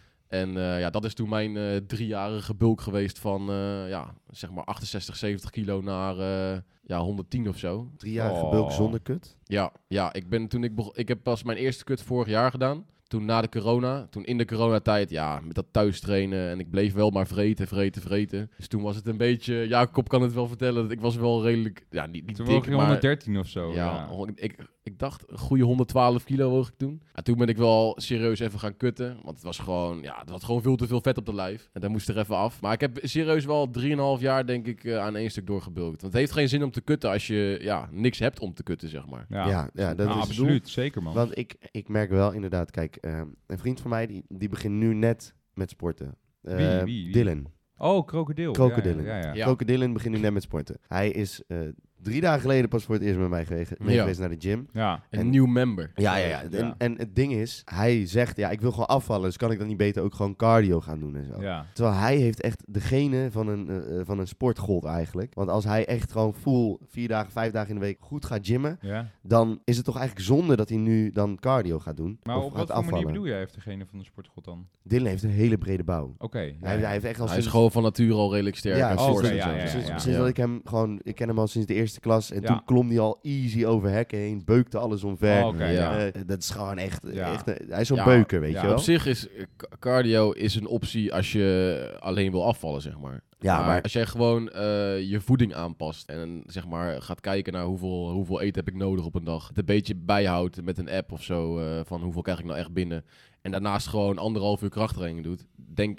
En uh, ja, dat is toen mijn uh, driejarige bulk geweest van, uh, ja, zeg maar achtenzestig, zeventig kilo naar uh, ja, honderdtien of zo. Drie jaar Oh. gebulk zonder kut? Ja, ja ik, ben, toen ik, begon, ik heb pas mijn eerste kut vorig jaar gedaan. Toen na de corona, toen in de coronatijd, ja, met dat thuis trainen. En ik bleef wel maar vreten, vreten, vreten. Dus toen was het een beetje, Jacob kan het wel vertellen, dat ik was wel redelijk, ja, niet, niet Toen dik, woog je maar... honderddertien of zo. Ja, Ja. hon- ik, ik dacht een goede honderdtwaalf kilo woog ik toen. En toen ben ik wel serieus even gaan kutten. Want het was gewoon, ja, het was gewoon veel te veel vet op de lijf. En dat moest er even af. Maar ik heb serieus wel drieënhalf jaar denk ik uh, aan één stuk doorgebulkt. Want het heeft geen zin om te kutten als je ja, niks hebt om te kutten, zeg maar. Ja, Ja, ja, dat Nou, is absoluut. Zeker, man. Want ik, ik merk wel inderdaad, kijk, uh, een vriend van mij die, die begint nu net met sporten. Uh, Wie, wie, wie? Dylan. Oh, krokodil. Krokodillen. Ja, ja, ja. Ja. Krokodillen begint nu net met sporten. Hij is uh, drie dagen geleden pas voor het eerst met mij geweest, mee Ja. geweest naar de gym. Ja. Een En- nieuw member. Ja, ja, ja. Ja. En, en het ding is, hij zegt, ja, ik wil gewoon afvallen, dus kan ik dan niet beter ook gewoon cardio gaan doen en zo. Ja. Terwijl hij heeft echt de genen van een, uh, van een sportgod eigenlijk. Want als hij echt gewoon full vier dagen, vijf dagen in de week goed gaat gymmen, Ja. dan is het toch eigenlijk zonde dat hij nu dan cardio gaat doen. Maar of op gaat wat voor manier afvallen. bedoel jij heeft degene van de sportgot dan? Dylan heeft een hele brede bouw. Oké. ja, Hij, ja. hij heeft echt al Hij is sinds, gewoon van nature al redelijk sterk. Ja, en oh, fors oké, en ja, zo. ja, ja, sinds, ja. sinds dat ik hem gewoon, ik ken hem al sinds de eerste klas. En Ja. toen klom hij al easy over hekken heen, beukte alles omver. Oh, oké, Ja. ja. Eh, dat is gewoon echt, Ja. echt een- hij is zo'n Ja, beuker, weet ja, je wel. Op zich is eh, ca- cardio is een optie als je alleen wil afvallen, zeg maar. Ja, maar, maar- als jij gewoon eh, je voeding aanpast en zeg maar gaat kijken naar hoeveel, hoeveel eten heb ik nodig op een dag. Het een beetje bijhoudt met een app of zo eh, van hoeveel krijg ik nou echt binnen. En daarnaast gewoon anderhalf uur krachttraining doet. Denk ik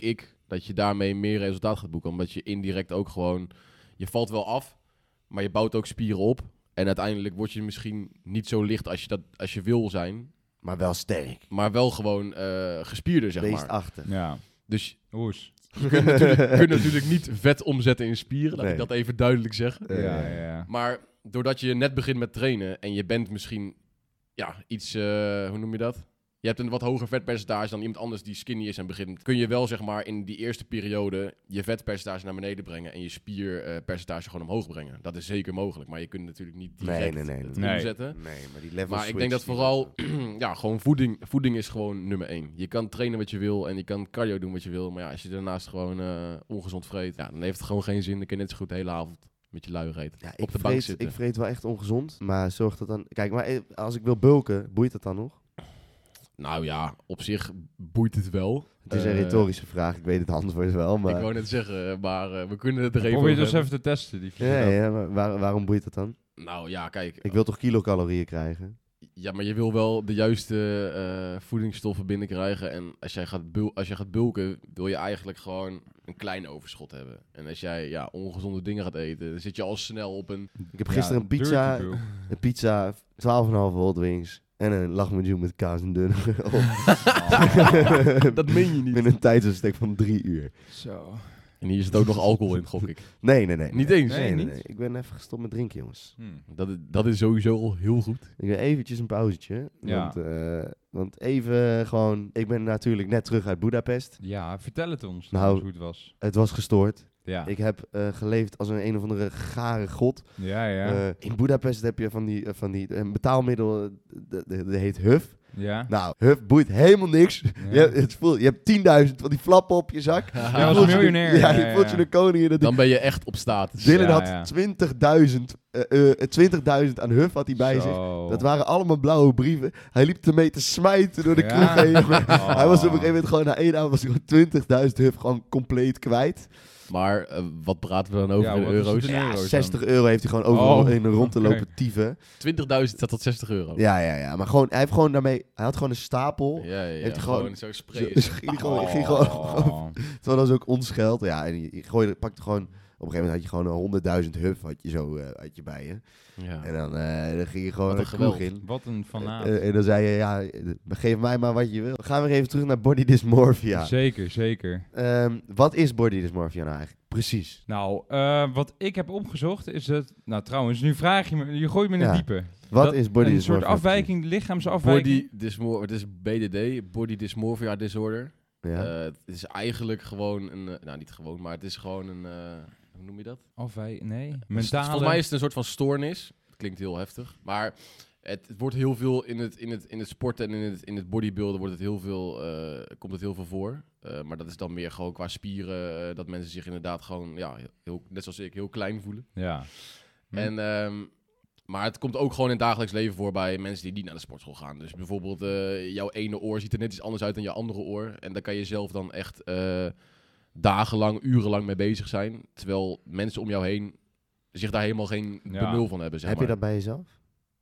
dat je daarmee meer resultaat gaat boeken. Omdat je indirect ook gewoon... Je valt wel af, maar je bouwt ook spieren op. En uiteindelijk word je misschien niet zo licht als je, dat, als je wil zijn. Maar wel sterk. Maar wel gewoon uh, gespierder, zeg maar. Beestachtig. Ja. Dus Oes. je kunt natuurlijk, kunt natuurlijk niet vet omzetten in spieren. Laat Nee. ik dat even duidelijk zeggen. Uh, ja, ja. Maar doordat je net begint met trainen en je bent misschien ja, iets, uh, hoe noem je dat? Je hebt een wat hoger vetpercentage dan iemand anders die skinny is en begint. Kun je wel zeg maar in die eerste periode je vetpercentage naar beneden brengen en je spierpercentage gewoon omhoog brengen. Dat is zeker mogelijk, maar je kunt natuurlijk niet direct Nee, nee, nee, het nee. omzetten. Nee, maar die level Maar ik switch denk dat die- vooral, ja, gewoon voeding, voeding is gewoon nummer één. Je kan trainen wat je wil en je kan cardio doen wat je wil. Maar ja, als je daarnaast gewoon uh, ongezond vreet, ja, dan heeft het gewoon geen zin. Dan kun je net zo goed de hele avond met je lui eten. Ja, op ik de bank vreet, zitten. ik vreet wel echt ongezond, maar zorg dat dan... Kijk, maar eh, als ik wil bulken, boeit dat dan nog? Nou ja, op zich boeit het wel. Het is een Eh, retorische vraag, ik weet het antwoord wel, maar... Ik wou net zeggen, maar uh, we kunnen het er even Probeer over dus hebben. even te testen. Die Ja, ja, maar waar- waarom boeit dat dan? Nou ja, kijk. Ik wil toch kilocalorieën krijgen? Ja, maar je wil wel de juiste uh, voedingsstoffen binnenkrijgen. En als jij, gaat bul- als jij gaat bulken, wil je eigenlijk gewoon een klein overschot hebben. En als jij ja, ongezonde dingen gaat eten, dan zit je al snel op een... Ik heb gisteren Ja, een pizza, dirty bulk. een pizza, twaalf komma vijf hot wings en een lachmenu met kaas en dunne. Dat meen je niet. Met een tijdsbestek van drie uur. Zo. En hier zit ook nog alcohol in, gok ik. Nee, nee, nee. Niet nee. eens? Nee, Nee, nee, niet? nee. Ik ben even gestopt met drinken, jongens. Hm. Dat is, dat is sowieso al heel goed. Ik ben eventjes een pauzetje. Ja. Want, eh, want even gewoon... Ik ben natuurlijk net terug uit Budapest. Ja, vertel het ons. Nou, Nou, hoe het was. Het was gestoord. Ja. Ik heb eh, geleefd als een een of andere gare god. Ja, ja. Eh, in Budapest heb je van die, eh, van die een betaalmiddel, eh, dat dat- dat heet Huff. ja. Nou, Huff boeit helemaal niks. Je, hebt- het voelt, je hebt tienduizend van die flappen op je zak. Ja, Je als voelt je- miljonair. Ja, Ja, je ja, voelt ja. je een koning. Dat Dan ben je echt op status. Dylan Ja, had ja. twintigduizend eh, eh, twintigduizend aan Huff had hij bij zich. Zo. Dat waren allemaal blauwe brieven. Hij liep ermee te smijten door de Ja. kroeg heen. Oh. Hij was op een gegeven moment gewoon na één avond was hij gewoon twintigduizend Huff gewoon compleet kwijt. Maar uh, wat praten we dan over Ja, in wat is het euro's? in Ja, euro's dan? zestig euro heeft hij gewoon overal Oh, in rond te oké. lopen tieven. twintigduizend staat tot zestig euro. Ja, ja, ja. Maar gewoon, hij heeft gewoon daarmee... Hij had gewoon een stapel. ja, ja, ja. Heeft hij gewoon, gewoon- zo Zo, sprayen. dus ging hij gewoon... Ging gewoon Oh. terwijl dat is ook ons geld. Ja, en je, je gooide, pakte gewoon... Op een gegeven moment had je gewoon een honderdduizend Huff had je zo uh, had je bij je. Ja. En dan, uh, dan ging je gewoon Wat een een kroeg geweld. in. Wat een fanaat. Uh, en dan zei je, ja, geef mij maar wat je wil. We gaan weer even terug naar body dysmorphia. Zeker, zeker. Um, wat is body dysmorphia nou eigenlijk? Precies. Nou, uh, wat ik heb opgezocht is het... Nou, trouwens, nu vraag je me... Je gooit me in het Ja. diepe. Wat Dat- is body Een dysmorphia? soort afwijking, lichaamsafwijking. Body dysmorphia, het is B D D, Body Dysmorphia Disorder. Ja. Uh, het is eigenlijk gewoon een, uh, nou niet gewoon, maar het is gewoon een, uh, hoe noem je dat? Afwijking, nee. Dus Mentale... volgens mij is het een soort van stoornis. Dat klinkt heel heftig, maar het, het wordt heel veel in het, in het, in het sporten en in het, in het bodybuilden wordt het heel veel, uh, komt het heel veel voor. Uh, maar dat is dan meer gewoon qua spieren, uh, dat mensen zich inderdaad gewoon, ja, heel, net zoals ik, heel klein voelen. Ja. Hm. En, um, maar het komt ook gewoon in het dagelijks leven voor bij mensen die niet naar de sportschool gaan. Dus bijvoorbeeld uh, jouw ene oor ziet er net iets anders uit dan je andere oor. En daar kan je zelf dan echt uh, dagenlang, urenlang mee bezig zijn. Terwijl mensen om jou heen zich daar helemaal geen Ja. benul van hebben. Zeg Heb maar. je dat bij jezelf?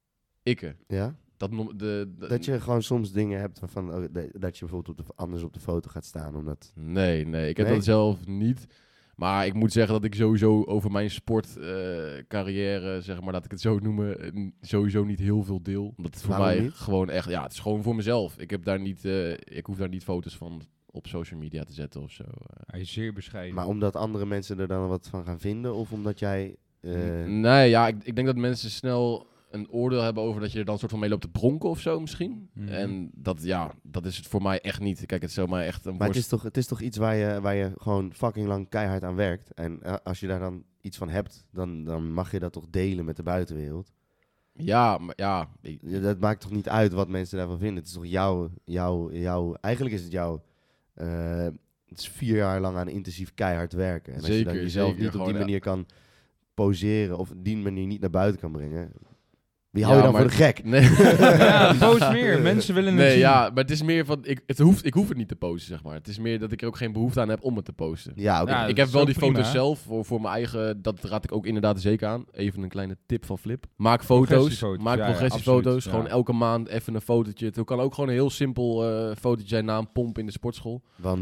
Ikke. Ja? Dat, nom- de, de, Dat je gewoon soms dingen hebt waarvan oh, de- dat je bijvoorbeeld op de, anders op de foto gaat staan. Omdat... Nee, nee. Ik heb Nee? dat zelf niet. Maar ik moet zeggen dat ik sowieso over mijn sportcarrière, uh, zeg maar, laat ik het zo noemen, uh, sowieso niet heel veel deel. Omdat het voor Waarom mij niet? gewoon echt, ja, het is gewoon voor mezelf. Ik heb daar niet, uh, ik hoef daar niet foto's van op social media te zetten of zo. Uh. Hij is zeer bescheiden. Maar omdat andere mensen er dan wat van gaan vinden? Of omdat jij... Uh... Nee, ja, ik, ik denk dat mensen snel een oordeel hebben over dat je er dan soort van mee loopt te bronken of zo misschien. Mm-hmm. En dat, ja, dat is het voor mij echt niet. Kijk, het is zomaar echt een Maar het worst... is, toch, het is toch iets waar je, waar je gewoon fucking lang keihard aan werkt. En uh, als je daar dan iets van hebt, dan, dan mag je dat toch delen met de buitenwereld. Ja, maar ja... Ik... Ja, dat maakt toch niet uit wat mensen daarvan vinden. Het is toch jouw... jouw, jouw eigenlijk is het jouw... Uh, het is vier jaar lang aan intensief keihard werken. En als Zeker, je dan jezelf zeker, niet op die gewoon, manier ja. kan poseren... of op die manier niet naar buiten kan brengen... Wie Ja, hou je dan maar- voor de gek? Nee. Ja, post meer. Mensen willen het Nee, zien. ja, maar het is meer van, ik, het hoeft, ik hoef het niet te posten, zeg maar. Het is meer dat ik er ook geen behoefte aan heb om het te posten. Ja, oké. Ja, ik dat heb is wel ook die prima. foto's zelf voor, voor mijn eigen, dat raad ik ook inderdaad zeker aan. Even een kleine tip van Flip. Maak foto's, Progressiefoto's, maak ja, ja, progressiefoto's. absoluut, Gewoon ja. elke maand even een fotootje. Het kan ook gewoon een heel simpel uh, fotootje zijn na een pomp in de sportschool. Want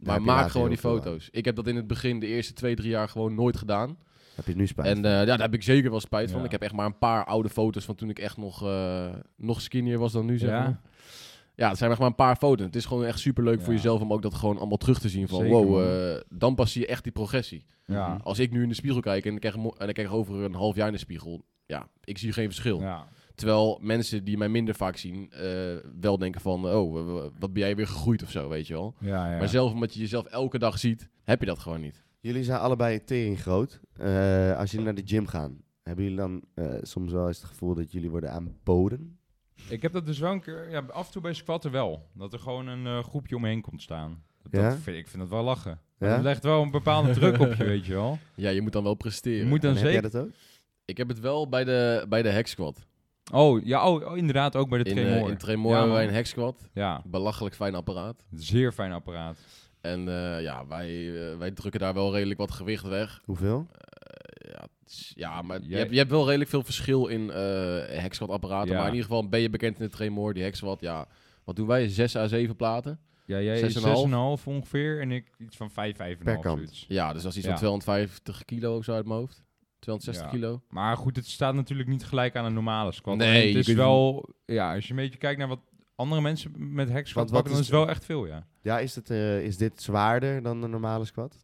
Maar je maak later gewoon die heel veel foto's. Ik heb dat in het begin, de eerste twee, drie jaar, gewoon nooit gedaan. Heb je nu spijt? En uh, ja, daar heb ik zeker wel spijt van. Ja. Ik heb echt maar een paar oude foto's van toen ik echt nog, uh, nog skinnier was dan nu, zeg Ja. maar. Ja, het zijn echt maar een paar foto's. Het is gewoon echt superleuk Ja. voor jezelf om ook dat gewoon allemaal terug te zien. Van Zeker, wow, man. uh, dan pas zie je echt die progressie. Ja. Als ik nu in de spiegel kijk en ik kijk, mo- en ik kijk over een half jaar in de spiegel, ja, ik zie geen verschil. Ja. Terwijl mensen die mij minder vaak zien, uh, wel denken van, oh, uh, wat ben jij weer gegroeid of zo, weet je wel. Ja, ja. Maar zelf, omdat je jezelf elke dag ziet, heb je dat gewoon niet. Jullie zijn allebei tering groot. Uh, als jullie naar de gym gaan, hebben jullie dan uh, soms wel eens het gevoel dat jullie worden aanboden? Ik heb dat dus wel een keer, ja, af en toe bij squatten wel. Dat er gewoon een uh, groepje omheen komt staan. Dat, Ja? dat vind, ik vind dat wel lachen. Maar Ja? Dat legt wel een bepaalde druk op je, weet je wel. Ja, je moet dan wel presteren. Je moet dan En heb jij zeker... dat ook? Ik heb het wel bij de, bij de hack squat. Oh, ja, oh, oh, inderdaad, ook bij de In, Tremor. uh, in Tremor Ja, hebben wij man. een hack squat. Ja, Belachelijk fijn apparaat. zeer fijn apparaat. En uh, ja, wij, uh, wij drukken daar wel redelijk wat gewicht weg. Hoeveel? Uh, ja, het is- ja, maar je Jij- hebt, je hebt wel redelijk veel verschil in uh, hack squat apparaten. Ja. Maar in ieder geval ben je bekend in de Tremor, die hack squat. Ja, wat doen wij? Zes à zeven platen. Ja, jij Zes is en zes een half? en een half ongeveer en ik iets van vijf, vijf en Per een half, kant. zoiets. Ja, dus dat is iets Ja. van tweehonderdvijftig kilo of zo uit mijn hoofd. tweehonderdzestig Ja. kilo. Maar goed, het staat natuurlijk niet gelijk aan een normale squat. Nee, Alleen je het is kunt- wel... Ja, als je een beetje kijkt naar wat andere mensen met hack squat Want wat pakken, dan is is het wel echt veel, ja. Ja, is, het, uh, is dit zwaarder dan de normale squat?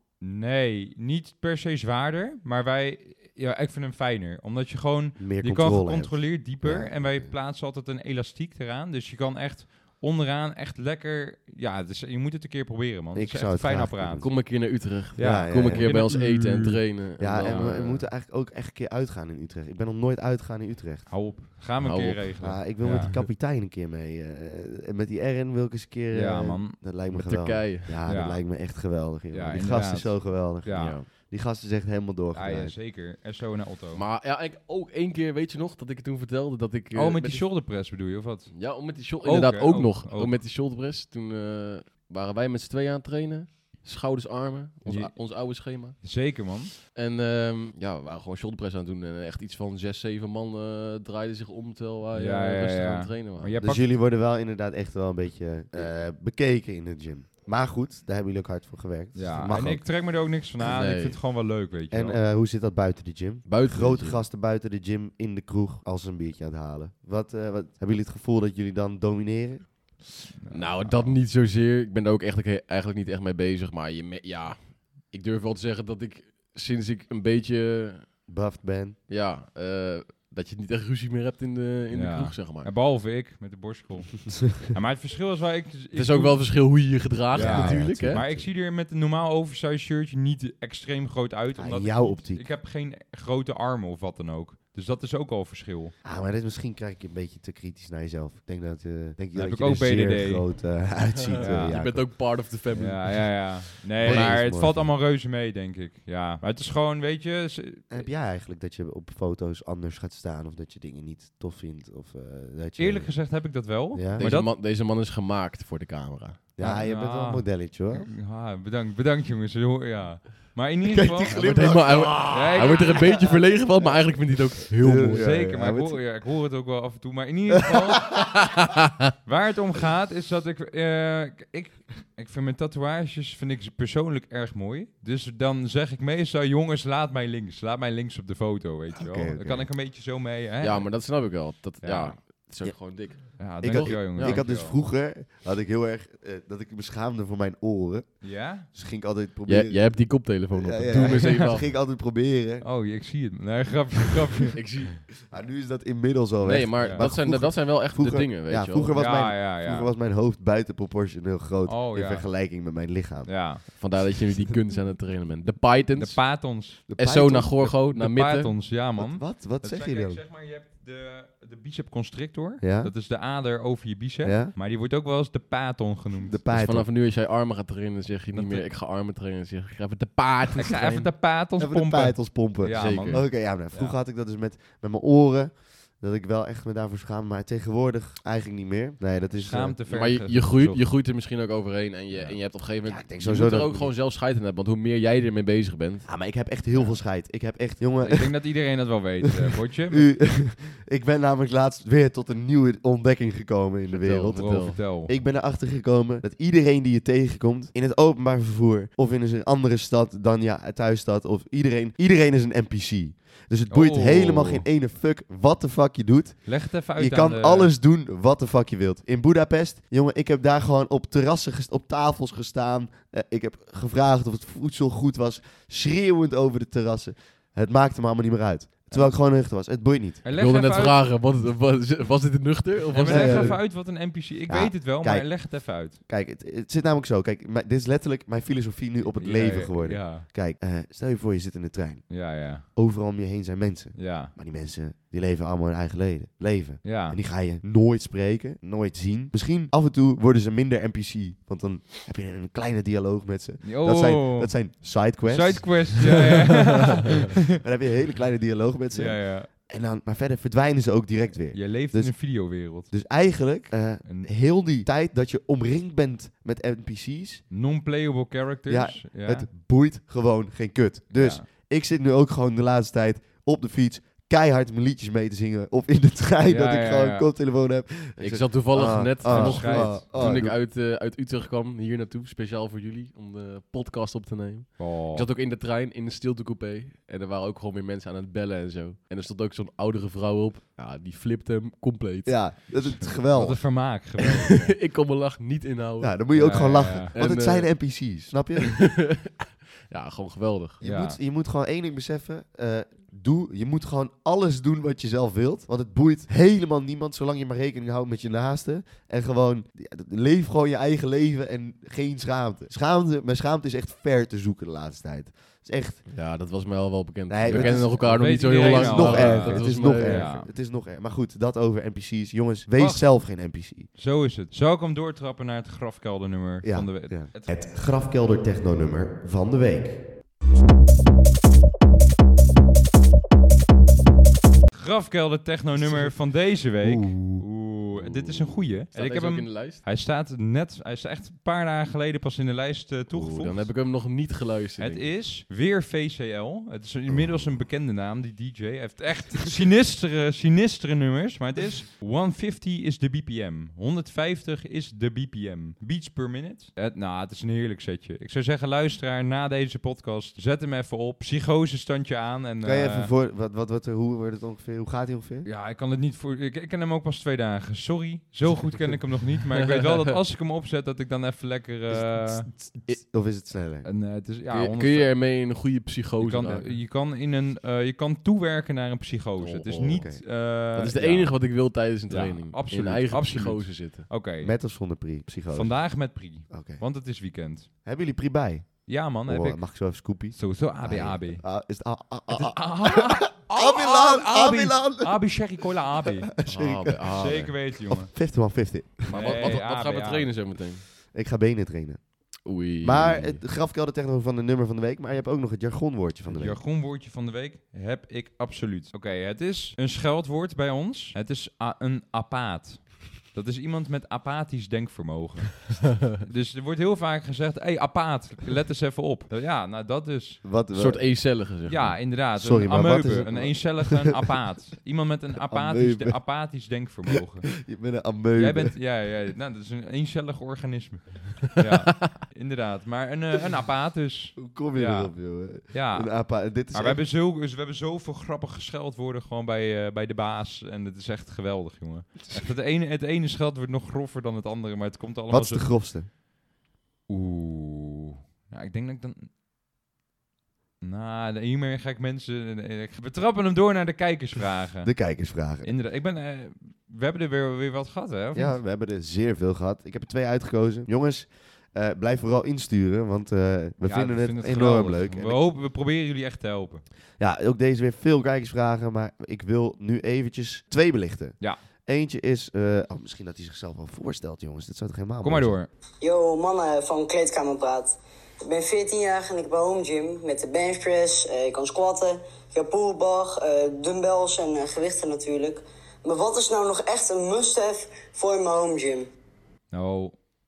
Nee, niet per se zwaarder, maar wij... Ja, ik vind hem fijner. Omdat je gewoon... Meer Je kan controle hebt. gecontroleerd dieper Ja, en wij oké. plaatsen altijd een elastiek eraan. Dus je kan echt onderaan echt lekker... Ja, dus je moet het een keer proberen, man. Ik Het is zou echt het een fijn graag apparaat. Kom een keer naar Utrecht. Ja, ja, Kom een ja. keer bij ons In- eten en trainen. Ja, en en dan, we, we uh, moeten eigenlijk ook echt een keer uitgaan in Utrecht. Ik ben nog nooit uitgegaan in Utrecht. Hou op. Gaan we een Hou keer op. regelen. Ah, ik wil Ja. met die kapitein een keer mee. eh, en met die Erin wil ik eens een keer... eh, Ja, man. Dat lijkt me met geweldig. Turkije. Ja, Ja. dat lijkt me echt geweldig. joh. Ja, die inderdaad. gast is zo geweldig. Ja. Ja. Die gast is echt helemaal Ja, doorgedraaid. ja, zeker. En zo naar Otto. Maar ja, ik ook één keer, weet je nog, dat ik het toen vertelde dat ik... uh, oh, met die shoulder press bedoel je, of wat? Ja, om met die shoulder... Ook, Inderdaad, hè? ook Ook, nog. ook. Ook met die shoulder press. Toen uh, waren wij met z'n tweeën aan het trainen. Schouders, armen. Ons, Je- a- ons oude schema. Zeker, man. En um, ja, we waren gewoon shoulder press aan het doen. En echt iets van zes, zeven man uh, draaiden zich om terwijl wij Ja, uh, ja, rustig ja. aan het trainen waren. Maar jij Dus pakt... jullie worden wel inderdaad echt wel een beetje eh, bekeken in de gym. Maar goed, daar hebben jullie ook hard voor gewerkt. Dus Ja, dat mag en ook. ik trek me er ook niks van aan. Nee. Ik vind het gewoon wel leuk, weet je En wel. eh, hoe zit dat buiten de gym? Buiten de Grote gym. gasten buiten de gym in de kroeg als ze een biertje aan het halen. Wat, eh, wat hebben jullie het gevoel dat jullie dan domineren? Nou, dat niet zozeer. Ik ben daar ook echt, eigenlijk niet echt mee bezig. Maar je me- ja, ik durf wel te zeggen dat ik sinds ik een beetje... Buffed ben. Ja, uh, dat je niet echt ruzie meer hebt in de, in Ja. de kroeg, zeg maar. Ja, behalve ik, met de borstschool. Ja, maar het verschil is waar ik... ik Het is ook wel een verschil hoe je je gedraagt Ja, natuurlijk, ja, hè? Maar ik zie er met een normaal oversized shirtje niet extreem groot uit. Ja, Omdat in ik jouw niet- optiek. Ik heb geen grote armen of wat dan ook. Dus dat is ook al een verschil. Ah, maar dit, misschien krijg ik je een beetje te kritisch naar jezelf. Ik denk dat, eh denk je heb dat ik je ook er zeer B D D. groot eh, uitziet. Ja. eh, Je Je Jacob. bent ook part of the family. Ja, ja, ja. Nee, Mooi maar is het mooi. valt allemaal reuze mee, denk ik. Ja, maar het is gewoon, weet je... ze- En heb jij eigenlijk dat je op foto's anders gaat staan of dat je dingen niet tof vindt? Of, eh, dat je, Eerlijk gezegd heb ik dat wel. Ja? Maar Deze, dat... man, deze man is gemaakt voor de camera. Ja, je bent wel een Ah. modelletje hoor. Ja, bedankt, bedankt jongens. Ja. Maar in ieder Kijk, geval... die Hij wordt, helemaal, hij, wordt- Ja, ik- hij wordt er een beetje verlegen van, maar eigenlijk vindt hij het ook heel Ja, mooi. ja. Zeker, maar ik maar hoor, ja, ik hoor het ook wel af en toe. Maar in ieder geval, waar het om gaat, is dat ik, eh, ik... Ik vind mijn tatoeages vind ik persoonlijk erg mooi. Dus dan zeg ik meestal, jongens, laat mij links. Laat mij links op de foto, weet je wel. Oké, Dan oké. kan ik een beetje zo mee... Hè? Ja, maar dat snap ik wel. Dat, Ja. ja. het is ook Ja. gewoon dik. Ja, Ik dankjewel, had, jongens. ik had dus dankjewel. vroeger, had ik heel erg, eh, dat ik me schaamde voor mijn oren. Ja? Dus ging ik altijd proberen... Jij, jij hebt die koptelefoon op. Ja, ja, Doe hem ja. eens even Dus af. ging ik altijd proberen. Oh, ik zie het. Nee, grapje, grapje. Ik zie. Maar nu is dat inmiddels al weg. Nee, maar, Ja. dat, zijn, vroeger- dat zijn wel echt vroeger- de dingen, weet ja, je wel. vroeger was, ja, mijn, ja, ja. vroeger was mijn hoofd buitenproportioneel groot Oh, in ja. vergelijking met mijn lichaam. Ja, Vandaar dat je nu die kunst aan het trainen bent. De Pythons. de patons. De En zo python- naar Gorgo, De naar Mitten. patons, ja Wat, man. wat, wat Dat zeggen zijn- jullie kijk, dan? zeg maar, je hebt de, de bicep constrictor. Ja? Dat is de ader over je bicep. Ja? Maar die wordt ook wel eens de paton genoemd. De Dus python. vanaf nu als jij armen gaat trainen, dan zeg je niet Dat- meer ik ga armen trainen. Dan zeg je even de paard. ik ga even de patons Even de pompen. pythons pompen. Ja, Zeker. man. Oké, ja, maar vroeger Ja. had ik dat dus met, met mijn oren. Dat ik wel echt me daarvoor schaam. Maar tegenwoordig eigenlijk niet meer. Nee, dat is... eh, Schaamte Ja, maar je, vergen. je, groeit, Zo. je groeit er misschien ook overheen. En je, Ja. en je hebt op een gegeven moment... Ja, ik denk je sowieso moet er dat ook ik- gewoon zelf scheid in hebben. Want hoe meer jij ermee bezig bent... Ah, maar ik heb echt heel veel scheid. Ik heb echt, jongen... Ik denk dat iedereen dat wel weet, uh, Botje. u, Ik ben namelijk laatst weer tot een nieuwe ontdekking gekomen in de Vertel, wereld. vertel. Bro, vertel. Ik ben erachter gekomen dat iedereen die je tegenkomt in het openbaar vervoer of in een andere stad dan ja, thuisstad of iedereen, iedereen is een N P C. Dus het boeit Oh. helemaal geen ene fuck wat de fuck je doet. Leg het even uit Je aan kan de- alles doen wat de fuck je wilt. In Budapest, jongen, ik heb daar gewoon op terrassen, gest- op tafels gestaan. Uh, ik heb gevraagd of het voedsel goed was, schreeuwend over de terrassen. Het maakte me allemaal niet meer uit. Terwijl ik gewoon nuchter was. Het boeit niet. Hey, Ik leg wilde even net uit- vragen, wat, wat, was dit een nuchter? Of Ja, was maar Ja, leg ja, even ja. uit wat een N P C... Ik Ja, weet het wel, kijk. maar leg het even uit. Kijk, het, het zit namelijk zo. Kijk, mijn- dit is letterlijk mijn filosofie nu op het Ja, leven ja, geworden. Ja, Kijk, uh, stel je voor je zit in de trein. ja, ja. Overal om je heen zijn mensen. Ja, Maar die mensen, die leven allemaal hun eigen leden, leven. ja. En die ga je nooit spreken, nooit zien. Misschien af en toe worden ze minder N P C. Want dan heb je een kleine dialoog met ze. Oh. Dat zijn, dat zijn sidequests. Sidequest, ja, ja. Dan heb je een hele kleine dialoog met ze. ja, ja. En dan, maar verder verdwijnen ze ook direct weer. Je leeft Dus- in een videowereld. Dus eigenlijk, eh, Een heel die tijd dat je omringd bent met N P C's, non-playable characters. Ja, het boeit gewoon geen kut. Dus Ja. ik zit nu ook gewoon de laatste tijd op de fiets keihard mijn liedjes mee te zingen. Of in de trein Ja, dat ik ja, gewoon ja. een koptelefoon heb. Ik zat toevallig Ah, net ah, vanochtend, ah, ah, toen ik doe- uit, uh, uit Utrecht kwam, hier naartoe, speciaal voor jullie, om de podcast op te nemen. Oh. Ik zat ook in de trein, in de stiltecoupé. En er waren ook gewoon weer mensen aan het bellen en zo. En er stond ook zo'n oudere vrouw op. Ja, die flipte hem compleet. Ja, dat is Wat een geweldig. vermaak, geweldig. Ik kon mijn lach niet inhouden. Ja, dan moet je ook Ja, gewoon ja, lachen. ja. Want En, het eh, zijn N P C's, snap je? Ja, gewoon geweldig. Je, Ja. moet, je moet gewoon één ding beseffen. eh, doe, je moet gewoon alles doen wat je zelf wilt. Want het boeit helemaal niemand, zolang je maar rekening houdt met je naasten. En gewoon, ja, leef gewoon je eigen leven en geen schaamte. Schaamte, mijn schaamte is echt ver te zoeken de laatste tijd. Het is echt Ja, dat was mij al wel bekend. Nee, We het kennen is- elkaar dat nog niet weet zo heel iedereen lang. al. nog Ja, erger. dat Het was is nog mij- erger. ja. Het is nog erger. Maar goed, dat over N P C's. Jongens, wees Wacht. zelf geen N P C. Zo is het. Zou ik hem doortrappen naar het grafkeldernummer Ja, van de week? ja. Het- Het grafkelder techno-nummer van de week. Grafkelder techno-nummer van deze week. Oeh. Oeh, dit is een goeie. Staat En ik heb deze ook hem... in de lijst? Hij staat net... Hij is echt een paar dagen geleden pas in de lijst eh, Oeh, toegevoegd. dan heb ik hem nog niet geluisterd. Het denk ik. is weer V C L. Het is inmiddels een bekende naam, die D J. Hij heeft echt sinistere, sinistere nummers. Maar het is honderdvijftig is de B P M. honderdvijftig is de B P M. Beats per minute. Het, nou, het is een heerlijk setje. Ik zou zeggen, luisteraar, na deze podcast, zet hem even op. Psychose standje aan. En, Kan je eh, even voor... Wat, wat, wat, hoe, wordt het ongeveer, hoe gaat hij ongeveer? Ja, ik kan het niet voor... Ik, ik ken hem ook pas twee dagen. Sorry, zo goed ken ik hem nog niet. Maar ik weet wel dat als ik hem opzet, dat ik dan even lekker... eh, Of is het sneller? en, eh, het is, ja, kun, je, honderd kun je ermee in een goede psychose Je kan, raken? je, kan in een, eh, je kan toewerken naar een psychose. Oh, het is oh, niet... oké. eh, Dat is de ja. enige wat ik wil tijdens een Ja, training. absoluut, In eigen absoluut. psychose zitten. Oké, Met of zonder pri? Psychose. vandaag met Pri. Oké. Want het is weekend. Hebben jullie pri bij? Ja man, heb Oh, ik. mag ik zo even scoopie? Sowieso A B A B. Ah, is het A- A- Het is A- A- Abilan, Abi. Abilan. Abi Sherry Cola A B. Ah, bij- ah, Zeker weten jongen. Of vijftig man vijftig. Maar wat, wat, wat Nee, gaan we A B A. trainen zo meteen? Ik ga benen trainen. Oei. Maar het grafkelder techno van de nummer van de week. Maar je hebt ook nog het jargonwoordje van de Het week. jargonwoordje van de week heb ik absoluut. Oké, het is een scheldwoord bij ons. Het is a- een apaat. Dat is iemand met apathisch denkvermogen. Dus er wordt heel vaak gezegd, hé, hey, apaat, let eens even op. Ja, nou dat dus. Wat, Een soort eencellige, zeg Ja, maar. inderdaad. Sorry, een maar wat ameube, is het? een eencellige, een apaat. Iemand met een apathisch, Ameube. apathisch denkvermogen. je bent een ameube. Jij bent, ja, ja, nou, dat is een eencellig organisme. Ja, inderdaad. Maar een, eh, een apaat dus. Hoe kom je Ja. erop, jongen? Ja. Een apa. Dit is Maar we echt- hebben, zo, dus we hebben zoveel grappige scheldwoorden gewoon bij, eh, bij de baas. En het is echt geweldig, jongen. Echt, het, ene, het ene scheldwoord nog groffer dan het andere, maar het komt allemaal Wat is zo... de grofste? Oeh. Ja, ik denk dat ik dan... Nou, hiermee ga ik mensen... We trappen hem door naar de kijkersvragen. De kijkersvragen. Inderdaad. Ik ben... eh, we hebben er weer, weer wat gehad, hè? Of Ja, niet? we hebben er zeer veel gehad. Ik heb er twee uitgekozen. Jongens, eh, blijf vooral insturen, want eh, we Ja, vinden we het vinden enorm geweldig. leuk. En We, ik- hopen, we proberen jullie echt te helpen. ja, ook deze weer veel kijkersvragen, maar ik wil nu eventjes twee belichten. Ja. Eentje is, eh, oh, misschien dat hij zichzelf wel voorstelt, jongens. Dat zou toch helemaal Kom maar mooi zijn? door. Yo, mannen van Kleedkamerpraat. Ik ben veertien jaar en ik heb een home gym met de benchpress. eh, ik kan squatten, ik heb pullbar, eh dumbbells en eh, gewichten natuurlijk. Maar wat is nou nog echt een must-have voor mijn home gym? Nou,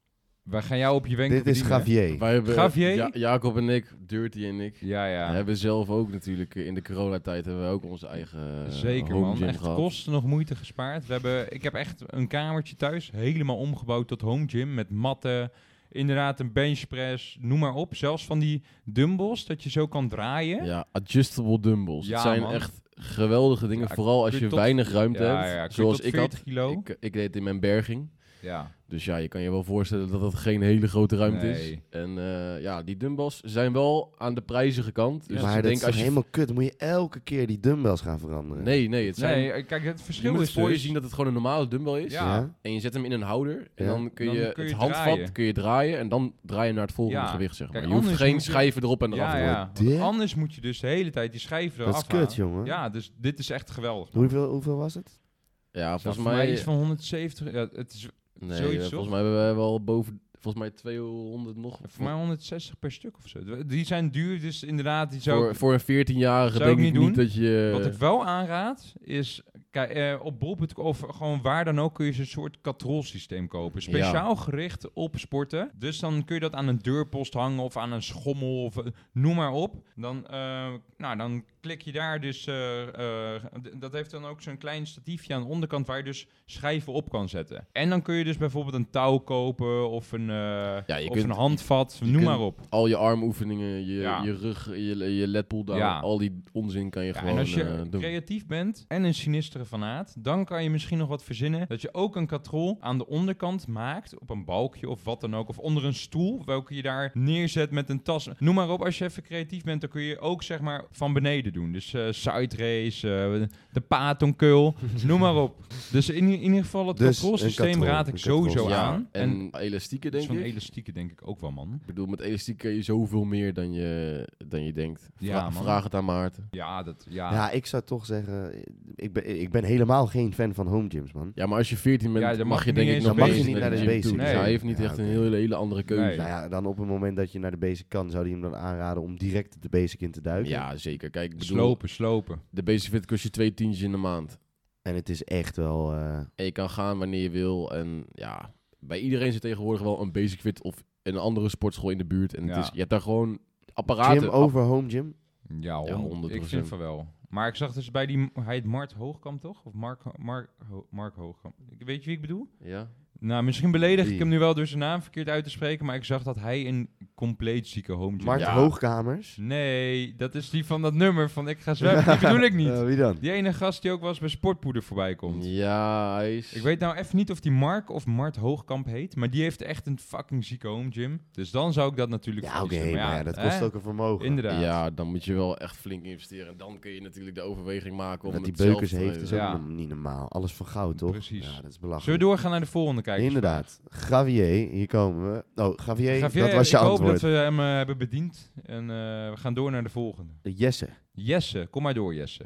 wij gaan jou op je wenken Dit is bedienen. Javier. Wij hebben, Javier? Ja, Jacob en ik, Dirty en ik, Ja, we ja. hebben zelf ook natuurlijk eh, in de coronatijd hebben we ook onze eigen uh, Zeker, home man. gym Echt gehad. kosten nog moeite gespaard. We hebben, ik heb echt een kamertje thuis helemaal omgebouwd tot home gym. Met matten, inderdaad een benchpress, noem maar op. Zelfs van die dumbbells, dat je zo kan draaien. Ja, adjustable dumbbells. Ja, het zijn man. echt geweldige dingen, Ja, vooral als kun je je tot- weinig ruimte Ja, hebt. ja, kun je zoals tot ik had. veertig kilo. Ik, ik deed het in mijn berging. Ja. Dus ja, je kan je wel voorstellen dat het geen hele grote ruimte is. Nee. En eh, ja, die dumbbells zijn wel aan de prijzige kant. Dus Ja, maar ik dat denk is als toch je... helemaal kut. Dan moet je elke keer die dumbbells gaan veranderen. Nee, nee, het zijn... Nee, kijk, het je verschil moet is voor je dus- zien dat het gewoon een normale dumbbell is. Ja. Ja? En je zet hem in een houder. En Ja. dan kun Dan je kun je het handvat draaien. kun je draaien. En dan draai je naar het volgende Ja. gewicht, zeg maar. Kijk, je hoeft anders geen moet je- schijven erop en eraf Ja, te ja. gooien. Dit? Want anders moet je dus de hele tijd die schijven Dat eraf is kut, halen. jongen. Ja, dus dit is echt geweldig. man. Hoeveel, hoeveel was het? Ja, Volgens volgens mij mij... iets van honderdzeventig. Ja, het is Nee, zoiets, eh, toch? volgens mij hebben we wel boven... Volgens mij tweehonderd nog. voor mij honderdzestig per stuk of zo. Die zijn duur, dus inderdaad, die zou Voor, voor een veertienjarige Zou ik denk ik niet niet doen. dat je... Wat ik wel aanraad, is kijk, eh, op bol punt com of gewoon waar dan ook kun je zo'n soort katrolsysteem kopen. Speciaal gericht op sporten. Dus dan kun je dat aan een deurpost hangen of aan een schommel of eh, noem maar op. Dan, eh, nou, dan klik je daar dus... eh, eh, d- dat heeft dan ook zo'n klein statiefje aan de onderkant waar je dus schijven op kan zetten. En dan kun je dus bijvoorbeeld een touw kopen of een, eh, Ja, je of kunt- een handvat, je noem kunt- maar op. Al je armoefeningen, je, Ja. je rug, je, je lat pull down, Ja. al die onzin kan je Ja, gewoon en als je eh, doen. creatief bent en een sinistere fanaat, dan kan je misschien nog wat verzinnen dat je ook een katrol aan de onderkant maakt, op een balkje of wat dan ook, of onder een stoel, welke je daar neerzet met een tas. Noem maar op, als je even creatief bent, dan kun je ook zeg maar van beneden doen. Dus eh side race, eh, de patonkeul, noem maar op. Dus in, in ieder geval het Dus katrolsysteem een katrol, raad ik een katrol. sowieso ja, aan. en, elastieken denk zo'n ik. elastieken denk ik ook wel, man. Ik bedoel, met elastiek kun je zoveel meer dan je, dan je denkt. Vra- Ja, man. vraag het aan Maarten. Ja, dat, ja. Ja, ik zou toch zeggen... Ik ben, ik ben helemaal geen fan van home gyms, man. Ja, maar als je veertien bent, Ja, dan mag mag je je denk niet ik eens nog naar bezig basic. met Mag je de niet naar gym de toe. basic. Dus Nee. hij heeft niet Ja, echt oké. een hele, hele andere keuze. Nee. Nou ja, dan op het moment dat je naar de basic kan, zou die hem dan aanraden om direct de basic in te duiken. Ja, zeker. Kijk, ik bedoel, slopen, slopen. de Basic Fit kost je twee tientjes in de maand. En het is echt wel... eh, En je kan gaan wanneer je wil. En ja, bij iedereen zit tegenwoordig wel een Basic Fit of een andere sportschool in de buurt. En Ja. het is, je hebt daar gewoon apparaten. gym over home gym. Ja, hond- honderd ik procent. vind van wel. Maar ik zag dus bij die, hij heet Mart Hoogkamp toch? Of Mark, Mark, Ho- Mark Hoogkamp. Ik- Weet je wie ik bedoel? Ja. Nou, misschien beledig Wie? ik hem nu wel door zijn naam verkeerd uit te spreken, maar ik zag dat hij een compleet zieke home gym Mart Ja. Hoogkamers. Nee, dat is die van dat nummer van ik ga zwemmen. Die bedoel ik niet. Eh, wie dan? Die ene gast die ook wel eens bij Sportpoeder voorbij komt. Ja, hij is... Ik weet nou even niet of die Mark of Mart Hoogkamp heet, maar die heeft echt een fucking zieke home gym. Dus dan zou ik dat natuurlijk Ja, oké, verliezen. maar ja, dat kost hè? ook een vermogen. Inderdaad. Ja, dan moet je wel echt flink investeren. En dan kun je natuurlijk de overweging maken om Dat die het zelf beukers te heeft is doen. ook Ja. niet normaal. Alles van goud, toch? Precies. Ja, dat is belachelijk. Zullen we doorgaan naar de volgende kijkers? Inderdaad. Javier, hier komen we. Oh, Javier, Javier, dat was je ik hoop antwoord. dat we hem eh, hebben bediend. En eh, we gaan door naar de volgende. Jesse. Jesse, kom maar door Jesse.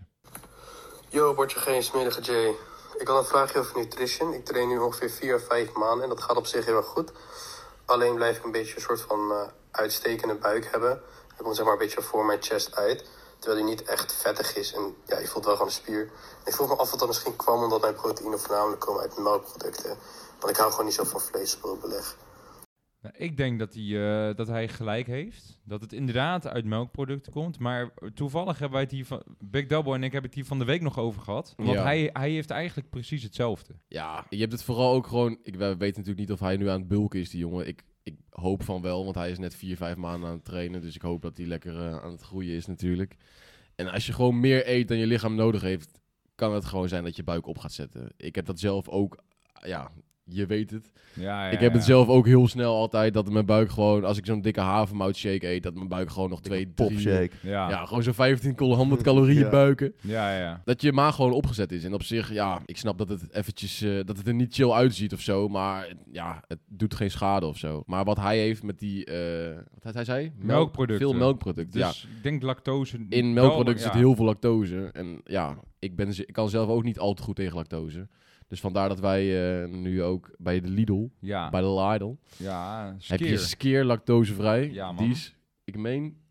Yo, Bartje Geen, smerige Jay. Ik had een vraagje over nutrition. Ik train nu ongeveer vier of vijf maanden en dat gaat op zich heel erg goed. Alleen blijf ik een beetje een soort van uh, uitstekende buik hebben. Hij komt zeg maar een beetje voor mijn chest uit. Terwijl die niet echt vettig is en ja, je voelt wel gewoon een spier. En ik vroeg me af of dat misschien kwam omdat mijn proteïne voornamelijk komen uit melkproducten. Want ik hou gewoon niet zo van vlees op beleg. Nou, ik denk dat hij, uh, dat hij gelijk heeft. Dat het inderdaad uit melkproducten komt. Maar toevallig hebben wij het hier van... Big Double en ik hebben het hier van de week nog over gehad. Want Ja. hij, hij heeft eigenlijk precies hetzelfde. Ja, je hebt het vooral ook gewoon... Ik we weten natuurlijk niet of hij nu aan het bulken is, die jongen. Ik, ik hoop van wel, want hij is net vier, vijf maanden aan het trainen. Dus ik hoop dat hij lekker uh, aan het groeien is natuurlijk. En als je gewoon meer eet dan je lichaam nodig heeft... kan het gewoon zijn dat je buik op gaat zetten. Ik heb dat zelf ook... Ja, je weet het. Ja, ja, ik heb ja. het zelf ook heel snel altijd dat mijn buik gewoon... Als ik zo'n dikke havermout shake eet, dat mijn buik gewoon nog twee, drie... Popshake. Ja, Ja, gewoon zo'n vijftienhonderd calorieën Ja. buiken. ja, ja. Dat je maag gewoon opgezet is. En op zich, ja, ik snap dat het eventjes... eh, dat het er niet chill uitziet of zo. Maar ja, het doet geen schade of zo. Maar wat hij heeft met die... eh, wat hij- hij zei? Melk- Melkproducten. Veel melkproducten, ja. Dus ik denk lactose... In wel, melkproducten ja. zit heel veel lactose. En ja, ik, ben, z- ik kan zelf ook niet al te goed tegen lactose. Dus vandaar dat wij eh, nu ook bij de Lidl, Ja, bij de Lidl, ja, heb je skeer. skeer lactosevrij. Ja, man. Die is, ik meen,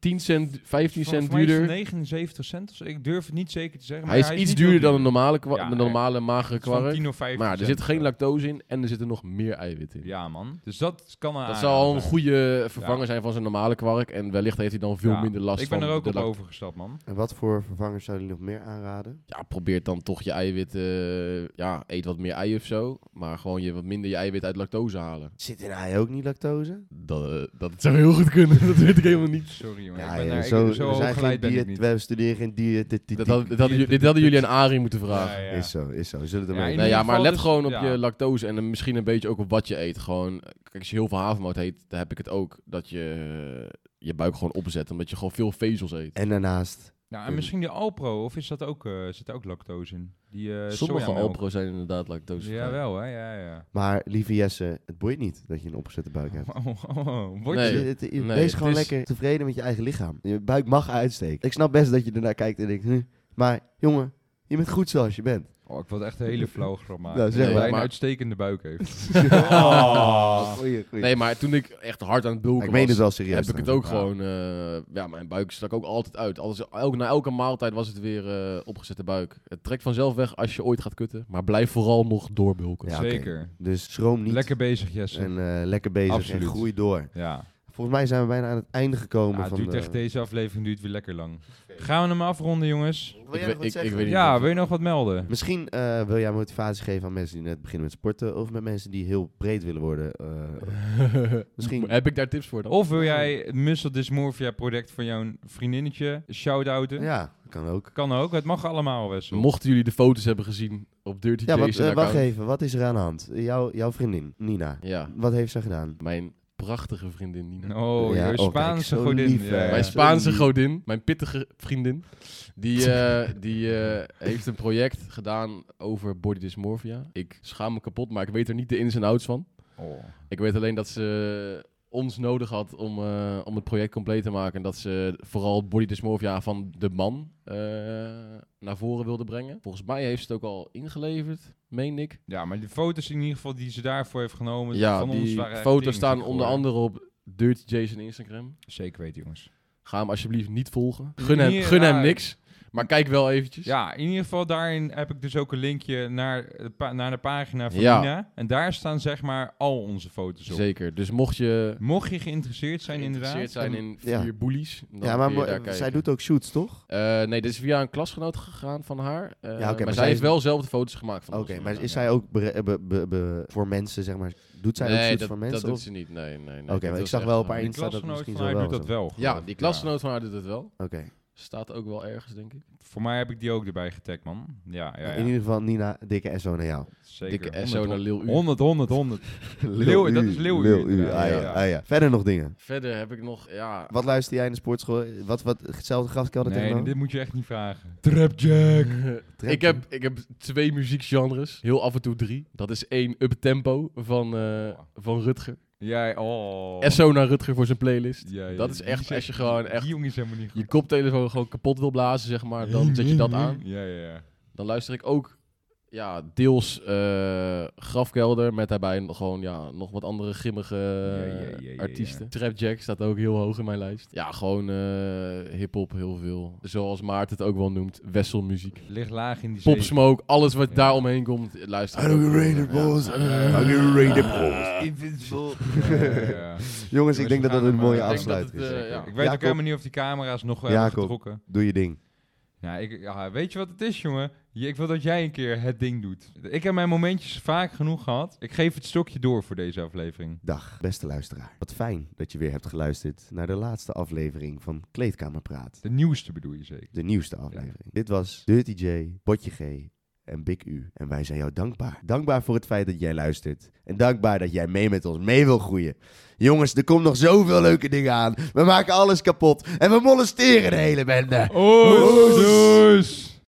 tien cent, vijftien Voor- cent voor mij is het duurder. negenenzeventig cent of zo. Ik durf het niet zeker te zeggen. Maar Hij is iets niet duurder heel dan een normale, kwa- Ja, de normale magere Het is van kwark. tien of vijftien Maar er cent zit of geen zo. lactose in en er zit er nog meer eiwit in. Ja, man. Dus dat kan een Dat zou al een aanrader goede vervanger Ja. zijn van zijn normale kwark. En wellicht heeft hij dan veel Ja. minder last Ik van ben er ook de op lac- overgestapt, man. En wat voor vervangers zou je nog meer aanraden? Ja, probeer dan toch je eiwit... eh, ja, eet wat meer ei of zo. Maar gewoon je wat minder je eiwit uit lactose halen. Zit in ei ook niet lactose? Dat, eh, dat zou heel goed kunnen. Dat weet ik helemaal niet. Sorry, jongen. Ja, ik ben ja, daar, zo, ik, zo we zijn hooggeleid geen ben ik diët, niet. we studeren geen diëtetiek. Dat had- dit hadden jullie- dit hadden jullie aan Arie moeten vragen. Ja, ja. Is zo, is zo. We zullen het Ja, ermee in Nee, ieder ja, maar geval let dus- gewoon op ja. je lactose en dan misschien een beetje ook op wat je eet. Gewoon, kijk, als je heel veel havermout eet, dan heb ik het ook dat je je buik gewoon opzet, omdat je gewoon veel vezels eet. En daarnaast, Ja, en misschien die Alpro, of is dat ook, eh, zit daar ook lactose in? Die eh Sommige sojamelk. Alpro zijn inderdaad lactose. Ja, wel, hè? Ja, ja. maar lieve Jesse, het boeit niet dat je een opgezette buik hebt. Oh, oh, oh. Word Nee. je... Het- het- nee, Wees het gewoon is- lekker tevreden met je eigen lichaam. Je buik mag uitsteken. Ik snap best dat je ernaar kijkt en denkt, hm, maar jongen, je bent goed zoals je bent. Oh, ik wil echt een hele flauw grap maken. Nou, zeg dat maar. hij een Maar- uitstekende buik heeft. Oh, goeie, goeie. Nee, maar toen ik echt hard aan het bulken ik meen was, het wel serieus. heb ik het ook Ja. gewoon... eh, ja, mijn buik stak ook altijd uit. Alles, elke, na elke maaltijd was het weer eh, opgezette buik. Het trekt vanzelf weg als je ooit gaat kutten. Maar blijf vooral nog doorbulken. Ja, oké. Zeker. Dus schroom niet. Lekker bezig, Jesse. En eh, lekker bezig Absoluut. en groei door. Ja. Volgens mij zijn we bijna aan het einde gekomen Ja, het van duurt de... echt, deze aflevering duurt weer lekker lang. Gaan we hem afronden, jongens? Wil jij Ik nog weet- wat ik- zeggen? ik weet niet. Ja, wil je nog wat melden? Misschien eh, wil jij motivatie geven aan mensen die net beginnen met sporten. Of met mensen die heel breed willen worden. eh, Misschien- Heb ik daar tips voor dan? Of wil jij het Muscle Dysmorphia project van jouw vriendinnetje shout-outen? ja, kan ook. Kan ook, het mag allemaal, Wessel. Mochten jullie de foto's hebben gezien op Dirty Ja, wat, Jason eh, wacht account. even. Wat is er aan de hand? Jouw, jouw vriendin, Nina. Ja, Wat heeft ze gedaan? mijn prachtige vriendin Nina. Oh, Ja, je oh, kijk, Spaanse zo godin. lief, ja, hè. ja. Mijn zo Spaanse lief. godin, mijn pittige vriendin, die, eh, die eh, heeft een project gedaan over body dysmorphia. Ik schaam me kapot, maar ik weet er niet de ins en outs van. Oh. Ik weet alleen dat ze ons nodig had om, eh, om het project compleet te maken. En dat ze vooral body dysmorphia van de man eh, naar voren wilde brengen. Volgens mij heeft ze het ook al ingeleverd, meen ik. Ja, maar die foto's in ieder geval die ze daarvoor heeft genomen Ja, van ons die waren echt foto's dingetje staan geworden. onder andere op Dirty Jason Instagram. Zeker weten, jongens. Ga hem alsjeblieft niet volgen. Gun hem, Hier, gun ja, hem niks. Maar kijk wel eventjes. Ja, in ieder geval daarin heb ik dus ook een linkje naar, de pa- naar de pagina van Ja. Nina. En daar staan zeg maar al onze foto's op. Zeker. Dus mocht je Mocht je geïnteresseerd zijn geïnteresseerd inderdaad. zijn in Ja. vier bullies, dan Ja, maar kun je mo- daar kijken. zij doet ook shoots, toch? Eh, nee, dit is via een klasgenoot gegaan van haar. Eh, maar maar, zij zij is- heeft wel zelf de foto's gemaakt van Oké, ons. maar is zij ook bere- be- be- be- voor mensen, zeg maar... Doet zij ook Nee, shoots dat, voor dat mensen? doet of- ze niet. Nee, nee, nee. Oké, Dit maar ik was zag echt, wel op eh, haar Die Insta dat het klasgenoot misschien van zo haar wel doet was. dat wel. Ja, geloof die ik. klasgenoot van haar doet het wel. Oké. Staat ook wel ergens, denk ik. Voor mij heb ik die ook erbij getagd, man. Ja, ja, ja. In ieder geval, Nina, dikke S O naar jou. Zeker. Dikke S O naar Lil U. honderd, honderd, honderd. Leeuw, dat is Leeuw U, Leeuw U, inderdaad, ah, ja, ja. ah, ja. Verder nog dingen. Verder heb ik nog, ja... Wat luister jij in de sportschool? Wat, wat, hetzelfde grafkelder Nee, tegen nee, dit moet je echt niet vragen. Trapjack. ik, heb, ik heb twee muziekgenres. Heel af en toe drie. Dat is één uptempo van, eh van Rutger. Jij, oh. S O naar Rutger voor zijn playlist. Ja, ja, Dat is die echt, zegt- als je gewoon echt Die jongen is helemaal niet goed. je koptelefoon gewoon kapot wil blazen, zeg maar, dan zet je dat aan. Ja, ja, ja. Dan luister ik ook ja, deels eh, Grafkelder met daarbij nog gewoon ja, nog wat andere grimmige Ja, ja, ja, ja, artiesten. Trapjack staat ook heel hoog in mijn lijst. Ja, gewoon eh hip-hop heel veel. Zoals Maarten het ook wel noemt, wisselmuziek. Ligt laag in die zee. Pop Smoke, alles wat Ja. daar omheen komt, luister I ik don't ook get wel. rated Ja. balls. Ja. I get rated balls. Invincible. Ja, ja, ja. Jongens, ik we denk dat gaan dat een hem, mooie eh, ik denk afsluiting dat is. het, eh, ja. Ik weet ook Jacob. helemaal niet of die camera's nog hebben Jacob. getrokken. Doe je ding. Ja, ik, ja, weet je wat het is, jongen? Je- Ik wil dat jij een keer het ding doet. Ik heb mijn momentjes vaak genoeg gehad. Ik geef het stokje door voor deze aflevering. Dag, beste luisteraar. Wat fijn dat je weer hebt geluisterd naar de laatste aflevering van Kleedkamerpraat. De nieuwste bedoel je zeker? De nieuwste aflevering. Dit was Dirty J, Potje G en Big U. En wij zijn jou dankbaar. Dankbaar voor het feit dat jij luistert. En dankbaar dat jij mee met ons mee wil groeien. Jongens, er komt nog zoveel leuke dingen aan. We maken alles kapot. En we molesteren de hele bende. Oh, dus!